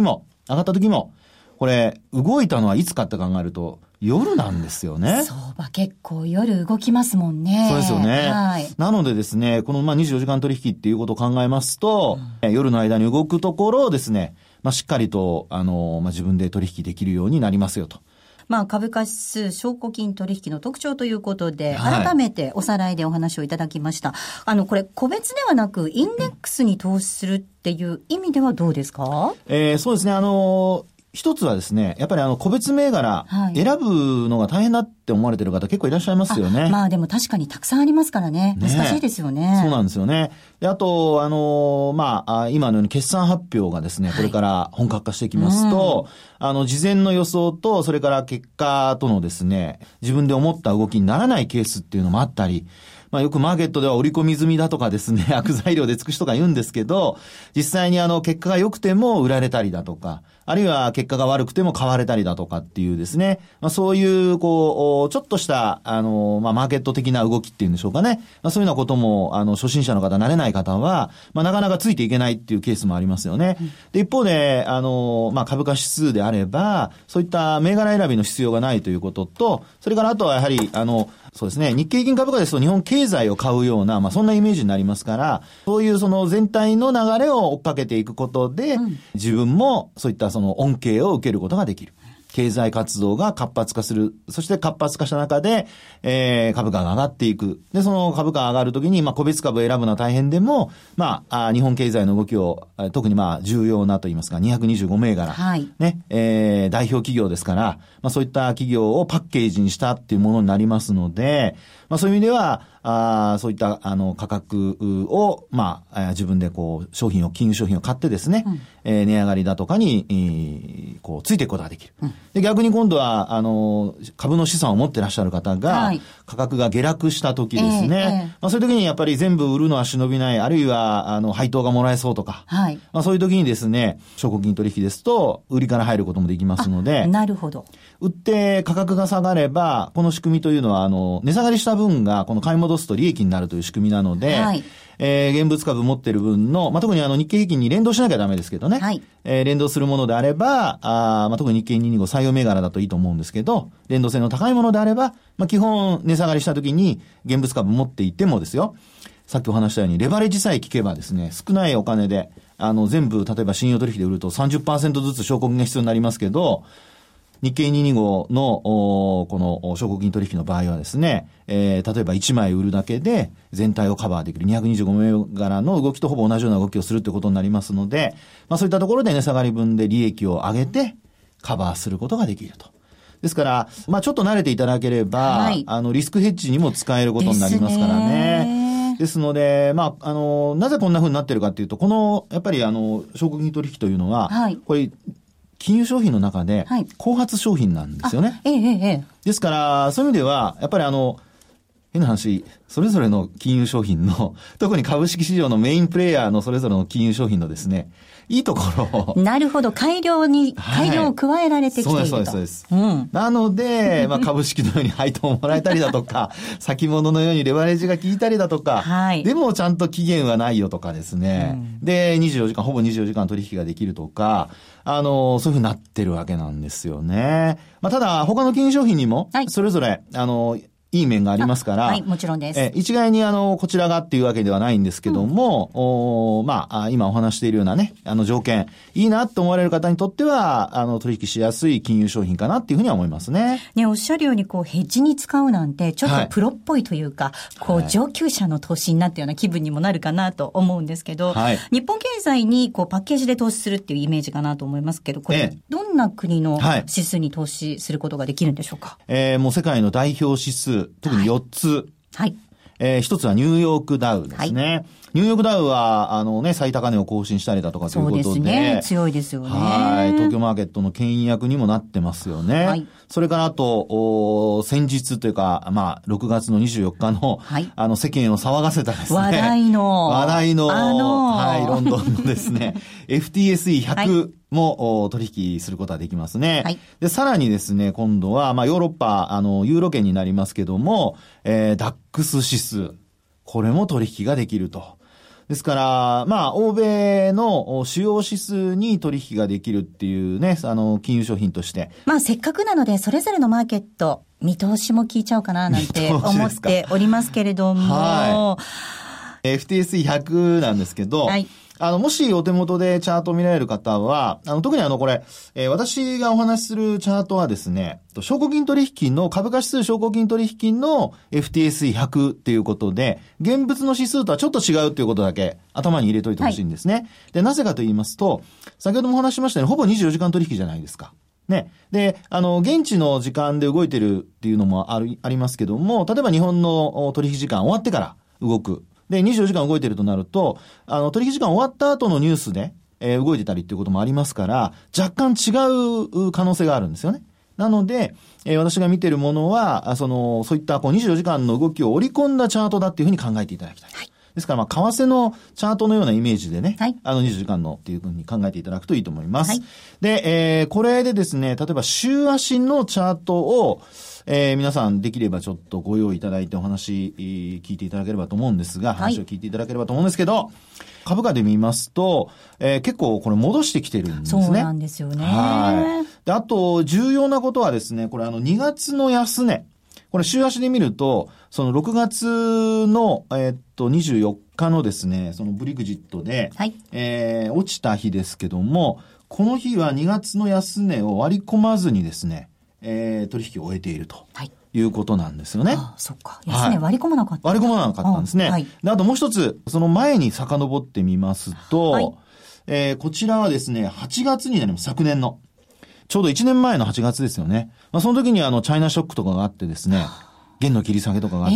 上がった時も、これ、動いたのはいつかって考えると、夜なんですよね。 相場結構夜動きますもんね。 そうですよね。 はい。 なのでですね、この24時間取引っていうことを考えますと、夜の間に動くところをですね、しっかりと、自分で取引できるようになりますよと。 株価指数、証拠金取引の特徴ということで、改めておさらいでお話をいただきました。これ、個別ではなく、インデックスに投資するっていう意味ではどうですか？ そうですね、一つはですね、やっぱり個別銘柄、選ぶのが大変だって思われてる方結構いらっしゃいますよね。 でも確かにたくさんありますからね。難しいですよね。 そうなんですよね。で、あと、今のように決算発表がですね、これから本格化していきますと、事前の予想と、それから結果とのですね、自分で思った動きにならないケースっていうのもあったり、よくマーケットでは織り込み済みだとかですね、悪材料で尽くしとか言うんですけど、実際に結果が良くても売られたりだとか、あるいは結果が悪くても買われたりだとかっていうですね、そういう、ちょっとした、マーケット的な動きっていうんでしょうかね。そういうようなことも、初心者の方、慣れない方は、なかなかついていけないっていうケースもありますよね。で、一方で、株価指数であれば、そういった銘柄選びの必要がないということと、それからあとはやはり、そうですね。日経平均株価ですと日本経済を買うような、そんなイメージになりますから、そういうその全体の流れを追っかけていくことで、自分もそういったその恩恵を受けることができる。経済活動が活発化する。そして活発化した中で、株価が上がっていく。で、その株価が上がるときに、個別株を選ぶのは大変でも、日本経済の動きを、特に重要なと言いますか、225銘柄。ね、代表企業ですから、そういった企業をパッケージにしたっていうものになりますので、そういう意味では、そういった価格を自分で金融商品を買ってですね、値上がりだとかについていくことができる。で、逆に今度は株の資産を持ってらっしゃる方が、価格が下落した時ですね、そういう時にやっぱり全部売るのは忍びない、あるいは配当がもらえそうとか、そういう時にですね、証拠金取引ですと売りから入ることもできますので、 なるほど。 売って価格が下がれば、この仕組みというのは値下がりした分がこの買い戻すと利益になるという仕組みなので、現物株持ってる分の、特に日経平均に連動しなきゃダメですけどね、連動するものであれば、特に日経225採用銘柄だといいと思うんですけど、連動性の高いものであれば、基本値下がりした時に現物株持っていてもですよ、さっきお話したようにレバレッジさえ効けばですね、少ないお金で全部例えば信用取引で売ると 30% ずつ証拠金が必要になりますけど、日経225のこの証拠金取引の場合はですね、例えば1枚売るだけで全体をカバーできる225銘柄の動きとほぼ同じような動きをするということになりますので、そういったところで値下がり分で利益を上げてカバーすることができると。ですから、ちょっと慣れていただければ、リスクヘッジにも使えることになりますからね。ですので、なぜこんな風になってるかっていうと、この、やっぱり証拠金取引というのは、これ、金融商品の中で、後発商品なんですよね。ですから、そういう意味では、やっぱり変な話、それぞれの金融商品の、特に株式市場のメインプレイヤーのそれぞれの金融商品のですね、いいところを。 なるほど。改良を加えられてきていると。 そうです。なので、株式のように配当をもらえたりだとか、先物のようにレバレッジが効いたりだとか、でもちゃんと期限はないよとかですね。で、ほぼ24時間取引ができるとか、そういうふうになってるわけなんですよね。ただ、他の金融商品にも、それぞれ、いい面がありますから。 もちろんです。 一概にこちらがっていうわけではないんですけども、今お話しているようなね、条件、いいなと思われる方にとっては、取引しやすい金融商品かなっていうふうには思いますね。 おっしゃるように、ヘッジに使うなんて、ちょっとプロっぽいというか、上級者の投資になったような気分にもなるかなと思うんですけど、日本経済にパッケージで投資するっていうイメージかなと思いますけど、これ、どんな国の指数に投資することができるんでしょうか？ もう世界の代表指数、特に4つ。一つはニューヨークダウですね。ニューヨークダウは、最高値を更新したりだとかということで。 そうですね。強いですよね。 東京マーケットの牽引役にもなってますよね。それからあと、先日というか、6月の24日の、世間を騒がせたですね。 話題の、 ロンドンのですね、FTSE100、も取引することができますね。で、さらにですね、今度は、ヨーロッパ、ユーロ圏になりますけども、ダックス指数。これも取引ができると。 ですから、まあ、欧米の主要指数に取引ができるっていうね、金融商品として。 まあ、せっかくなので、それぞれのマーケット、見通しも聞いちゃおうかな、なんて思っておりますけれども。 はい。FTSE100 なんですけど、はい。もしお手元でチャートを見られる方は、特にこれ、私がお話しするチャートはですね、証拠金取引の、株価指数証拠金取引の FTSE100 っていうことで、現物の指数とはちょっと違うっていうことだけ頭に入れといてほしいんですね。はい、で、なぜかと言いますと、先ほどもお話ししましたように、ほぼ24時間取引じゃないですか。ね。で、現地の時間で動いてるっていうのもありますけども、例えば日本の取引時間終わってから動く。で、24時間動いてるとなると、取引時間終わった後のニュースで、動いてたりっていうこともありますから、若干違う可能性があるんですよね。なので、私が見てるものは、そういった24時間の動きを織り込んだチャートだっていうふうに考えていただきたい。はい。ですから、為替のチャートのようなイメージでね、はい、24時間のっていうふうに考えていただくといいと思います。はい、で、これでですね、例えば週足のチャートを、皆さんできればちょっとご用意いただいてお話聞いていただければと思うんですが、話を聞いていただければと思うんですけど、株価で見ますと、結構これ戻してきてるんですね。 そうなんですよね。 はい。で、あと重要なことはですね、これ2月の安値。これ週足で見ると、その6月の、24日のですね、そのブリグジットで、はい、落ちた日ですけども、この日は2月の安値を割り込まずにですね、取引を終えているということなんですよね。 ああ、そっか。安値割り込まなかった。 割り込まなかったんですね。はい、で、あともう一つ、その前に遡ってみますと、はい、こちらはですね、8月になります。昨年の。ちょうど1年前の8月ですよね。まあ、その時にチャイナショックとかがあってですね、元の切り下げとかがあって、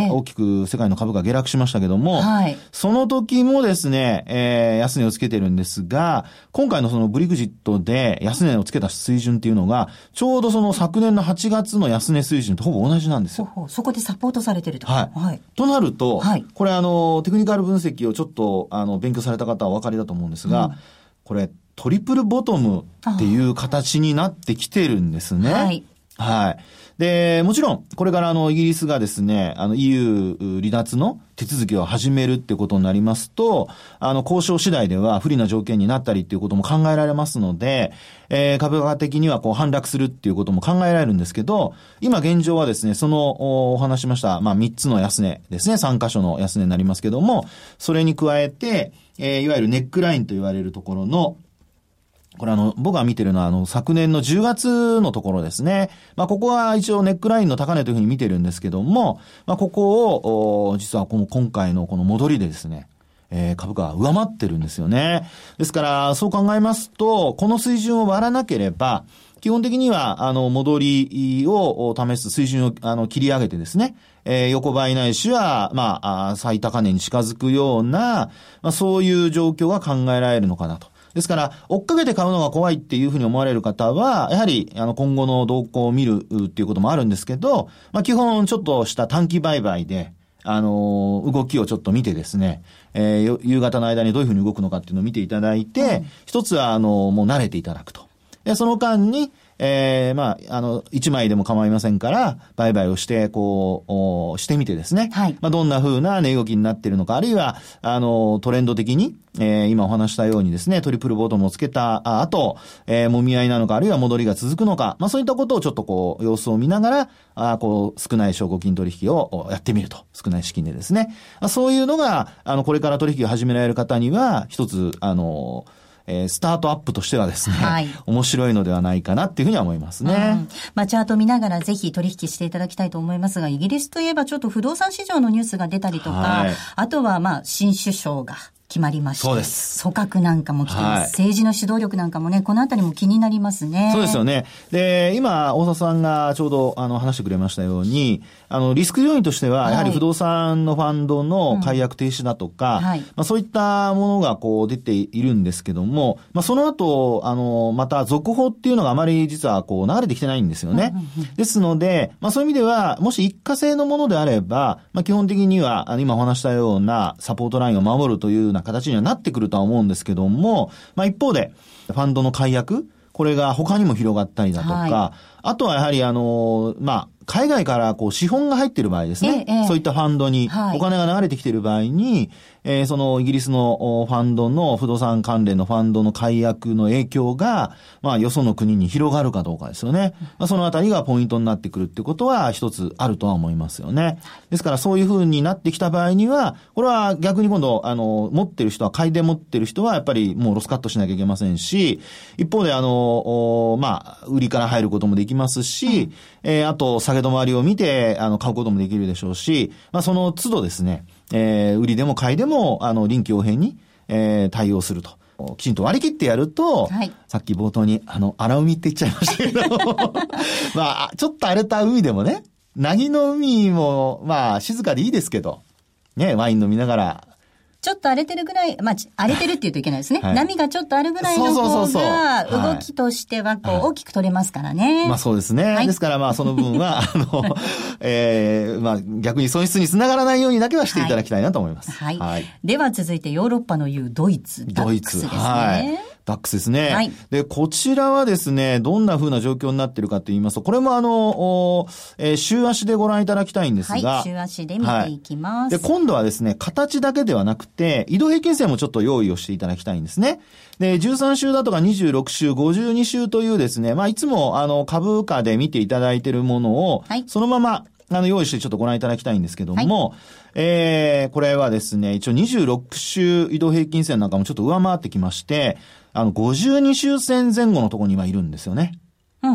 大きく世界の株価下落しましたけども、はい、その時もですね、安値をつけてるんですが、今回のそのブリグジットで安値をつけた水準っていうのが、ちょうどその昨年の8月の安値水準とほぼ同じなんですよ。 そこでサポートされてると。 はい。はい、となると、はい、これテクニカル分析をちょっと勉強された方はお分かりだと思うんですが、これトリプルボトムっていう形になってきてるんですね。はい。はい。で、もちろん、これからイギリスがですね、EU 離脱の手続きを始めるってことになりますと、交渉次第では不利な条件になったりっていうことも考えられますので、株価的には反落するっていうことも考えられるんですけど、今現状はですね、そのお話しました、3つの安値ですね、3箇所の安値になりますけども、それに加えて、いわゆるネックラインと言われるところの、これ僕が見てるのは昨年の10月のところですね。まあここは一応ネックラインの高値というふうに見てるんですけども、まあここを実は今回のこの戻りでですね、株価は上回ってるんですよね。ですからそう考えますと、この水準を割らなければ、基本的には戻りを試す水準を切り上げてですね、横ばいないしは最高値に近づくような、そういう状況が考えられるのかなと。ですから、追っかけて買うのが怖いっていうふうに思われる方は、やはり、今後の動向を見るっていうこともあるんですけど、基本ちょっとした短期売買で、動きをちょっと見てですね、夕方の間にどういうふうに動くのかっていうのを見ていただいて、一つは、もう慣れていただくと。で、その間に、一枚でも構いませんから、売買をして、してみてですね。はい。どんな風な値動きになっているのか、あるいは、トレンド的に、今お話したようにですね、トリプルボトムをつけた後、揉み合いなのか、あるいは戻りが続くのか、そういったことをちょっと様子を見ながら、少ない証拠金取引をやってみると。少ない資金でですね。そういうのが、これから取引を始められる方には、一つ、スタートアップとしてはですね、はい、面白いのではないかなっていうふうには思いますね。 チャート見ながらぜひ取引していただきたいと思いますが、イギリスといえばちょっと不動産市場のニュースが出たりとか、はい、あとは新首相が決まりまして、そうです。組閣なんかも来てます。はい、政治の指導力なんかもね、このあたりも気になりますね。 そうですよね。で、今、大沢さんがちょうど話してくれましたように、リスク要因としては、やはり不動産のファンドの解約停止だとか、はい、そういったものが出ているんですけども、その後、また続報っていうのがあまり実は流れてきてないんですよね。ですので、そういう意味では、もし一過性のものであれば、基本的には、今お話したようなサポートラインを守るというような形にはなってくるとは思うんですけども、一方で、ファンドの解約、これが他にも広がったりだとか、はい、あとはやはり海外から資本が入っている場合ですね。そういったファンドにお金が流れてきている場合に、そのイギリスのファンドの不動産関連のファンドの解約の影響が、よその国に広がるかどうかですよね。そのあたりがポイントになってくるってことは一つあるとは思いますよね。ですからそういう風になってきた場合には、これは逆に今度、持ってる人は、買いで持ってる人はやっぱりもうロスカットしなきゃいけませんし、一方で売りから入ることもできますし、あと下げ止まりを見て、買うこともできるでしょうし、その都度ですね、売りでも買いでも、臨機応変に、対応すると。きちんと割り切ってやると、さっき冒頭に、荒海って言っちゃいましたけど、ちょっと荒れた海でもね、凪の海も、静かでいいですけど、ね、ワイン飲みながら、 ちょっと荒れてるぐらい、荒れてるって言うといけないですね。波がちょっとあるぐらいの方が、動きとしては、大きく取れますからね。 そうですね。ですから、その分は、逆に損失につながらないようにだけはしていただきたいなと思います。 では続いて、ヨーロッパのいうドイツ。ダックスですね。 ダックスですね。で、こちらはですね、どんな風な状況になっているかと言いますと、これも週足でご覧いただきたいんですが。 週足で見ていきます。 で、今度はですね、形だけではなくて、移動平均線もちょっと用意をしていただきたいんですね。で、13週だとか26週、52週というですね、いつも株価で見ていただいているものを、そのまま、用意してちょっとご覧いただきたいんですけども、これはですね、一応26週移動平均線なんかもちょっと上回ってきまして、52週線前後のところに今いるんですよね。な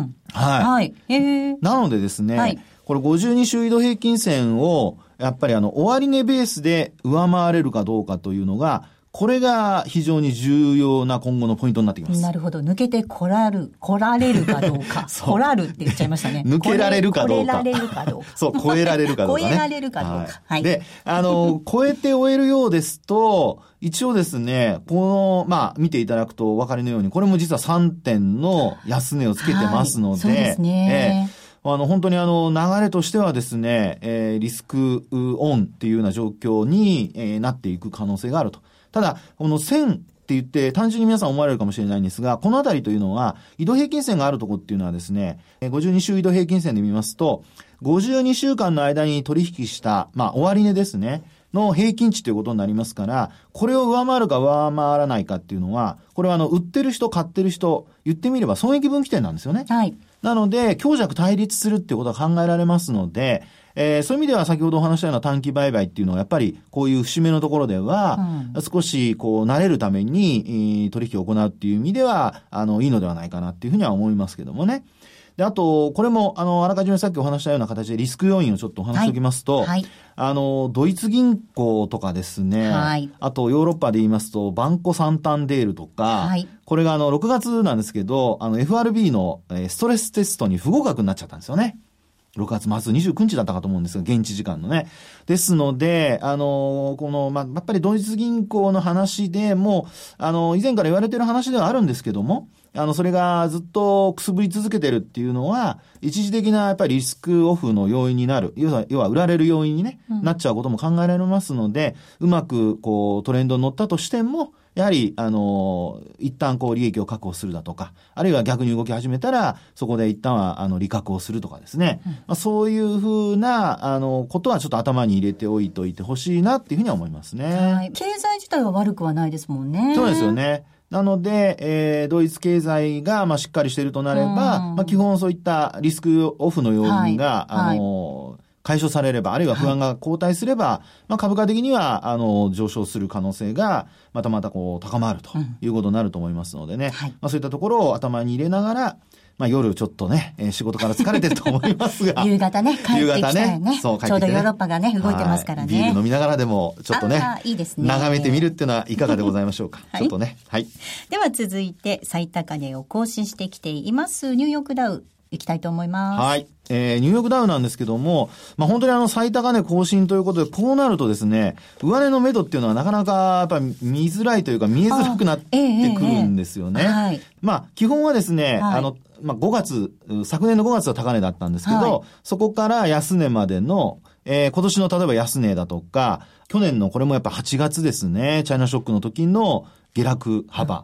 のでですね、これ52週移動平均線を、やっぱり終値ベースで上回れるかどうかというのが、これが非常に重要な今後のポイントになってきます。 なるほど。抜けて来られるかどうか。来らるって言っちゃいましたね。 抜けられるかどうか。 超えられるかどうか。 そう、超えられるかどうか、ね。 超えられるかどうか。 で、超えて終えるようですと、一応ですね、見ていただくとお分かりのように、これも実は3点の安値をつけてますので、 そうですね。 本当に流れとしてはですね、リスクオンっていうような状況に、なっていく可能性があると。ただ、この線って言って単純に皆さん思われるかもしれないんですが、このあたりというのは、移動平均線があるところっていうのはですね、52週移動平均線で見ますと、52週間の間に取引した、終値ですね、の平均値ということになりますから、これを上回るか上回らないかっていうのは、これは売ってる人、買ってる人、言ってみれば損益分岐点なんですよね。なので、強弱対立するっていうことが考えられますので、そういう意味では先ほどお話したような短期売買っていうのはやっぱりこういう節目のところでは、少し慣れるために取引を行うっていう意味ではいいのではないかなっていうふうには思いますけどもね。で、あと、これもあらかじめさっきお話したような形でリスク要因をちょっとお話しておきますと、ドイツ銀行とかですね、あとヨーロッパで言いますとバンコサンタンデールとか、これが6月なんですけど、FRB のストレステストに不合格になっちゃったんですよね。6月末29日だったかと思うんですが、現地時間のね。ですので、やっぱりドイツ銀行の話でも、以前から言われている話ではあるんですけども、それがずっとくすぶり続けてるっていうのは、一時的なやっぱりリスクオフの要因になる。要は売られる要因になっちゃうことも考えられますので、うまくトレンドに乗ったとしても、やはり、一旦利益を確保するだとか、あるいは逆に動き始めたら、そこで一旦は、利確をするとかですね。そういうふうな、ことはちょっと頭に入れておいておいてほしいなっていうふうには思いますね。 経済自体は悪くはないですもんね。 そうですよね。なので、ドイツ経済が、しっかりしているとなれば、基本そういったリスクオフの要因が、解消されれば、あるいは不安が後退すれば、株価的には、上昇する可能性が、また高まるということになると思いますのでね。そういったところを頭に入れながら、夜ちょっとね、仕事から疲れてると思いますが。 夕方ね、帰ってきたらね。そう、ちょうどヨーロッパがね、動いてますからね。 ビール飲みながらでも、ちょっとね、 いいですね。 眺めてみるっていうのはいかがでございましょうか。ちょっとね。 では続いて、最高値を更新してきています、ニューヨークダウ。いきたいと思います。 ニューヨークダウなんですけども、本当に最高値更新ということで、こうなるとですね、上値の目処っていうのはなかなかやっぱり見づらいというか見えづらくなってくるんですよね。基本はですね、5月、昨年の5月は高値だったんですけど、そこから安値までの、今年の例えば安値だとか、去年のこれもやっぱ8月ですね、チャイナショックの時の下落幅。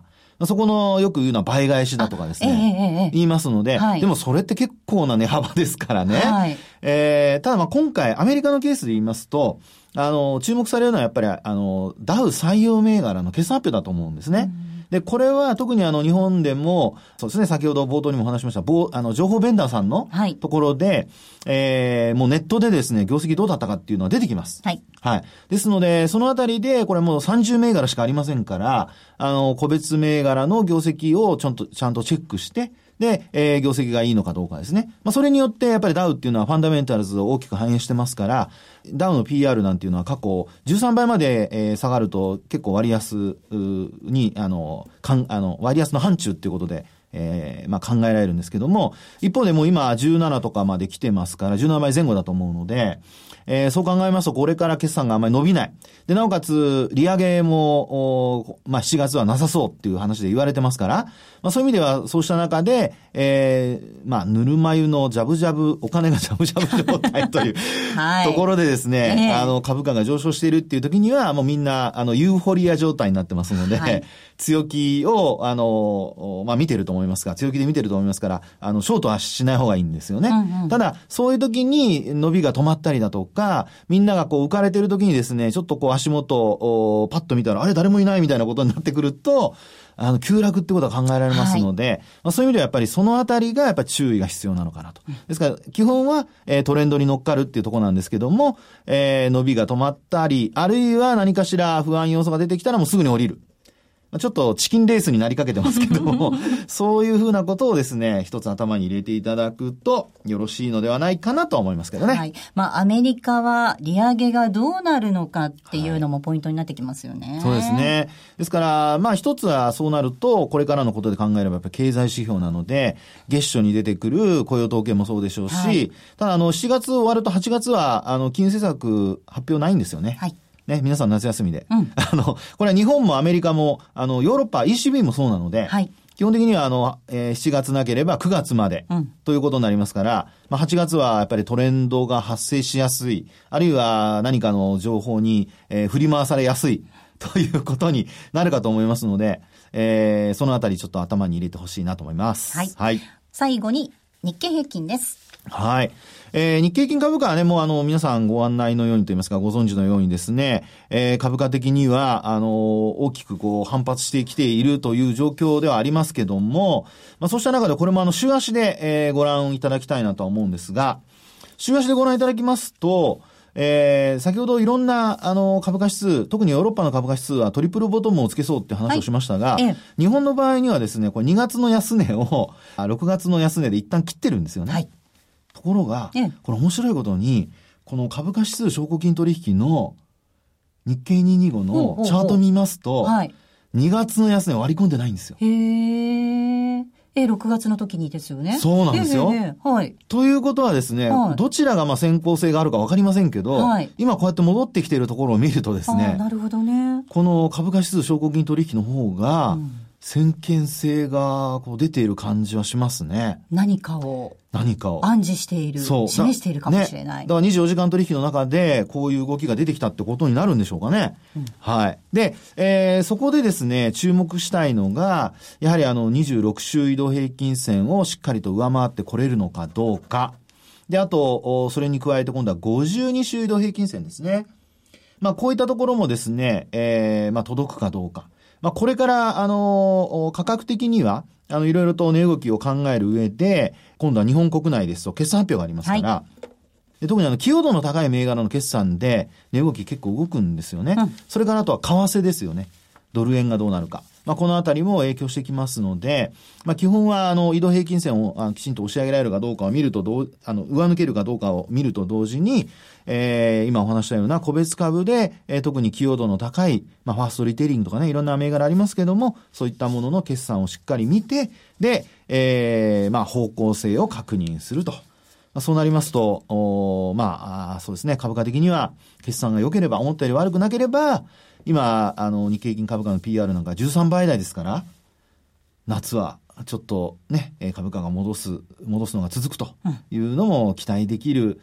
そこのよく言うのは倍返しだとかですね、言いますので、でもそれって結構な値幅ですからね。ただ今回アメリカのケースで言いますと、注目されるのはやっぱりダウ採用銘柄の決算発表だと思うんですね。で、これは特に日本でも、そうですね、先ほど冒頭にも話しました、情報ベンダーさんのところで、もうネットでですね、業績どうだったかっていうのは出てきます。ですので、そのあたりで、これもう30銘柄しかありませんから、個別銘柄の業績をちゃんとチェックして、で、業績がいいのかどうかですね。それによってやっぱりダウっていうのはファンダメンタルズを大きく反映してますから、ダウの PR なんていうのは過去13倍まで、下がると結構割安に、割安の範疇っていうことで、考えられるんですけども、一方でもう今17とかまで来てますから、17倍前後だと思うので、そう考えますと、これから決算があんまり伸びない。で、なおかつ、利上げも、7月はなさそうっていう話で言われてますから、そういう意味では、そうした中で、ぬるま湯のジャブジャブ、お金がジャブジャブ状態という、ところでですね、株価が上昇しているっていう時には、もうみんな、ユーフォリア状態になってますので、強気を、見てると思いますが、強気で見てると思いますから、ショートはしない方がいいんですよね。ただ、そういう時に伸びが止まったりだとか、みんなが浮かれてる時にですね、ちょっと足元をパッと見たら、あれ誰もいないみたいなことになってくると、急落ってことが考えられますので、そういう意味ではやっぱりそのあたりがやっぱり注意が必要なのかなと。ですから、基本は、トレンドに乗っかるっていうところなんですけども、伸びが止まったり、あるいは何かしら不安要素が出てきたらもうすぐに降りる。ちょっとチキンレースになりかけてますけども、そういうふうなことをですね、一つ頭に入れていただくとよろしいのではないかなと思いますけどね。 アメリカは利上げがどうなるのかっていうのもポイントになってきますよね。 そうですね。ですから、一つはそうなると、これからのことで考えればやっぱり経済指標なので、月初に出てくる雇用統計もそうでしょうし、ただ7月終わると8月は、金融政策発表ないんですよね。ね、皆さん夏休みで。これは日本もアメリカも、ヨーロッパ、ECB もそうなので、基本的には7月なければ9月まで、ということになりますから、8月はやっぱりトレンドが発生しやすい、あるいは何かの情報に、振り回されやすい、ということになるかと思いますので、そのあたりちょっと頭に入れてほしいなと思います。 最後に日経平均です。 日経平均株価はね、もう皆さんご案内のようにと言いますか、ご存知のようにですね、株価的には、大きく反発してきているという状況ではありますけども、そうした中でこれも週足で、ご覧いただきたいなとは思うんですが、週足でご覧いただきますと、先ほどいろんな株価指数、特にヨーロッパの株価指数はトリプルボトムをつけそうって話をしましたが、日本の場合にはですね、これ2月の安値を6月の安値で一旦切ってるんですよね。ところが、これ面白いことに、この株価指数証拠金取引の日経225のチャート見ますと、2月の安値を割り込んでないんですよ。 6月の時にですよね。 そうなんですよ。ということはですね、どちらが先行性があるか分かりませんけど、今こうやって戻ってきているところを見るとですね、 なるほどね。 この株価指数証拠金取引の方が、先見性が出ている感じはしますね。 何かを暗示している、示しているかもしれない。 だから24時間取引の中でこういう動きが出てきたってことになるんでしょうかね。で、そこでですね、注目したいのが、やはり26週移動平均線をしっかりと上回ってこれるのかどうか。で、あと、それに加えて今度は52週移動平均線ですね。こういったところもですね、届くかどうか。これから、価格的には、いろいろと値動きを考える上で、今度は日本国内ですと決算発表がありますから、で特に寄与度の高い銘柄の決算で値動き結構動くんですよね。それからあとは為替ですよね。ドル円がどうなるか。このあたりも影響してきますので、基本は移動平均線をきちんと押し上げられるかどうかを見ると上抜けるかどうかを見ると同時に、今お話したような個別株で、特に寄与度の高い、ファーストリテイリングとかね、いろんな銘柄ありますけども、そういったものの決算をしっかり見て、で、方向性を確認すると。そうなりますと、そうですね、株価的には決算が良ければ、思ったより悪くなければ、今、日経平均株価の PR なんか13倍台ですから、夏はちょっとね、株価が戻すのが続くというのも期待できる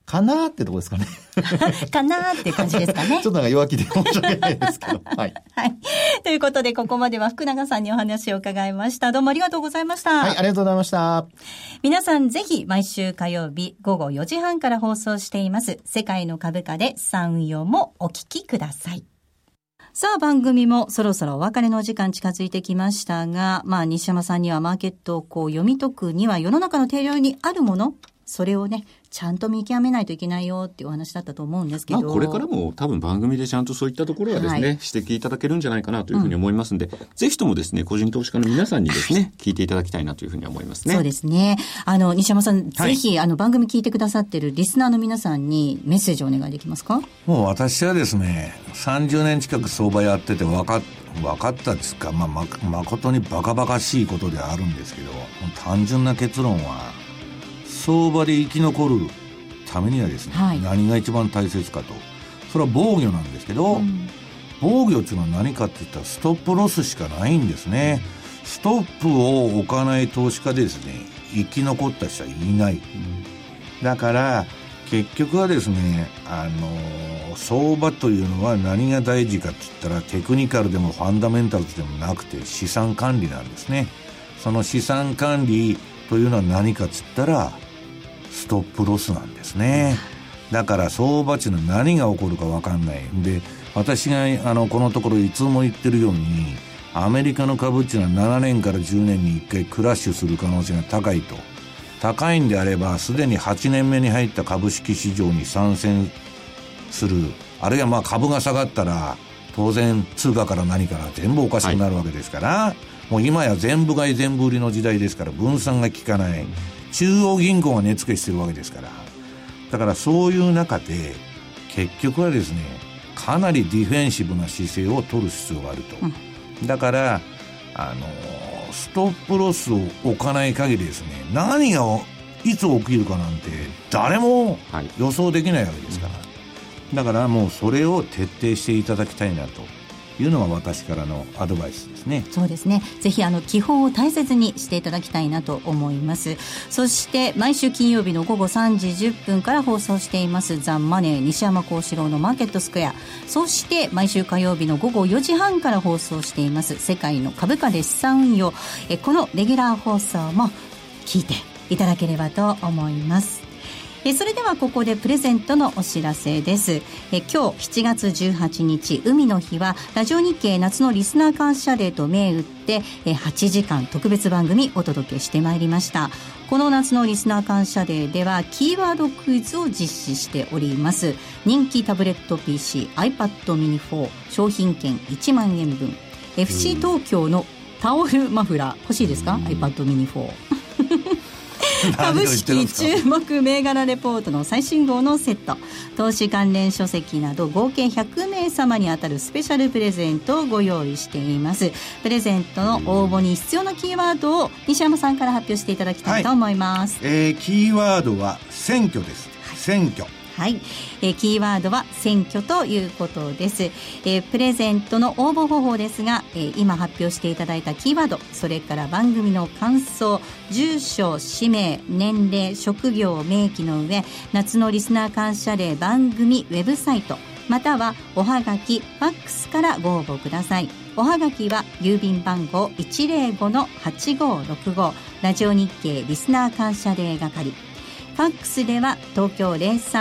かなーってとこですかね。 かなーって感じですかね。 ちょっとなんか弱気で申し訳ないですけど。はい。 はい。ということで、ここまでは福永さんにお話を伺いました。どうもありがとうございました。 はい、ありがとうございました。 皆さんぜひ毎週火曜日午後4時半から放送しています、世界の株価で資産運用もお聞きください。さあ番組もそろそろお別れのお時間近づいてきましたが、西山さんにはマーケットを読み解くには世の中の定量にあるもの、それをねちゃんと見極めないといけないよっていうお話だったと思うんですけど、 これからも多分番組でちゃんとそういったところはですね、指摘いただけるんじゃないかなというふうに思いますので、ぜひともですね個人投資家の皆さんにですね、聞いていただきたいなというふうに思いますね。 そうですね。西山さん、ぜひ番組聞いてくださっているリスナーの皆さんにメッセージをお願いできますか。 もう私はですね30年近く相場やってて分かったですか、誠にバカバカしいことではあるんですけど、単純な結論は相場で生き残るためにはですね、何が一番大切かと、それは防御なんですけど、防御っていうのは何かって言ったらストップロスしかないんですね。ストップを置かない投資家でですね生き残った人はいない、だから結局はですね相場というのは何が大事かって言ったらテクニカルでもファンダメンタルズでもなくて資産管理なんですね。その資産管理というのは何かって言ったらストップロスなんですね。だから相場っていうのは何が起こるか分かんないで、私がこのところいつも言ってるようにアメリカの株っていうのは7年から10年に1回クラッシュする可能性が高いと。高いんであればすでに8年目に入った株式市場に参戦する、あるいは株が下がったら当然通貨から何から全部おかしくなるわけですから、もう今や全部買い全部売りの時代ですから、分散が効かない、中央銀行が値付けしてるわけですから、だからそういう中で結局はですねかなりディフェンシブな姿勢を取る必要があると、だからストップロスを置かない限りですね、何がいつ起きるかなんて誰も予想できないわけですから、だからもうそれを徹底していただきたいなというのが私からのアドバイスですね。 そうですね。ぜひ基本を大切にしていただきたいなと思います。そして毎週金曜日の午後3時10分から放送していますザ・マネー西山幸四郎のマーケットスクエア、そして毎週火曜日の午後4時半から放送しています世界の株価で資産運用、このレギュラー放送も聞いていただければと思います。それではここでプレゼントのお知らせです。今日7月18日海の日はラジオ日経夏のリスナー感謝デーと銘打って8時間特別番組お届けしてまいりました。この夏のリスナー感謝デーではキーワードクイズを実施しております。人気タブレット PC iPad mini 4商品券1万円分、 FC 東京のタオルマフラー欲しいですか？ iPad mini 4株式注目銘柄レポートの最新号のセット、投資関連書籍など合計100名様に当たるスペシャルプレゼントをご用意しています。プレゼントの応募に必要なキーワードを西山さんから発表していただきたいと思います。 キーワードは選挙です。選挙。 はい、キーワードは選挙ということです。プレゼントの応募方法ですが、今発表していただいたキーワード、それから番組の感想、住所、氏名、年齢、職業を明記の上、夏のリスナー感謝デー番組ウェブサイトまたはおはがき、ファックスからご応募ください。おはがきは郵便番号 105-8565 ラジオ日経リスナー感謝デー係、ファックスでは東京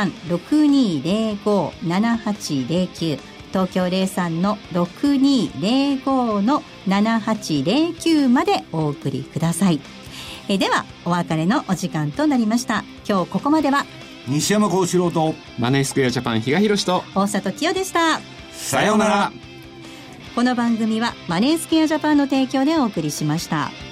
03-6205-7809 東京 03-6205-7809 までお送りください。ではお別れのお時間となりました。今日ここまでは西山幸四郎とマネースクエアジャパン比嘉宏と大里清でした。 さようなら。 この番組はマネースクエアジャパンの提供でお送りしました。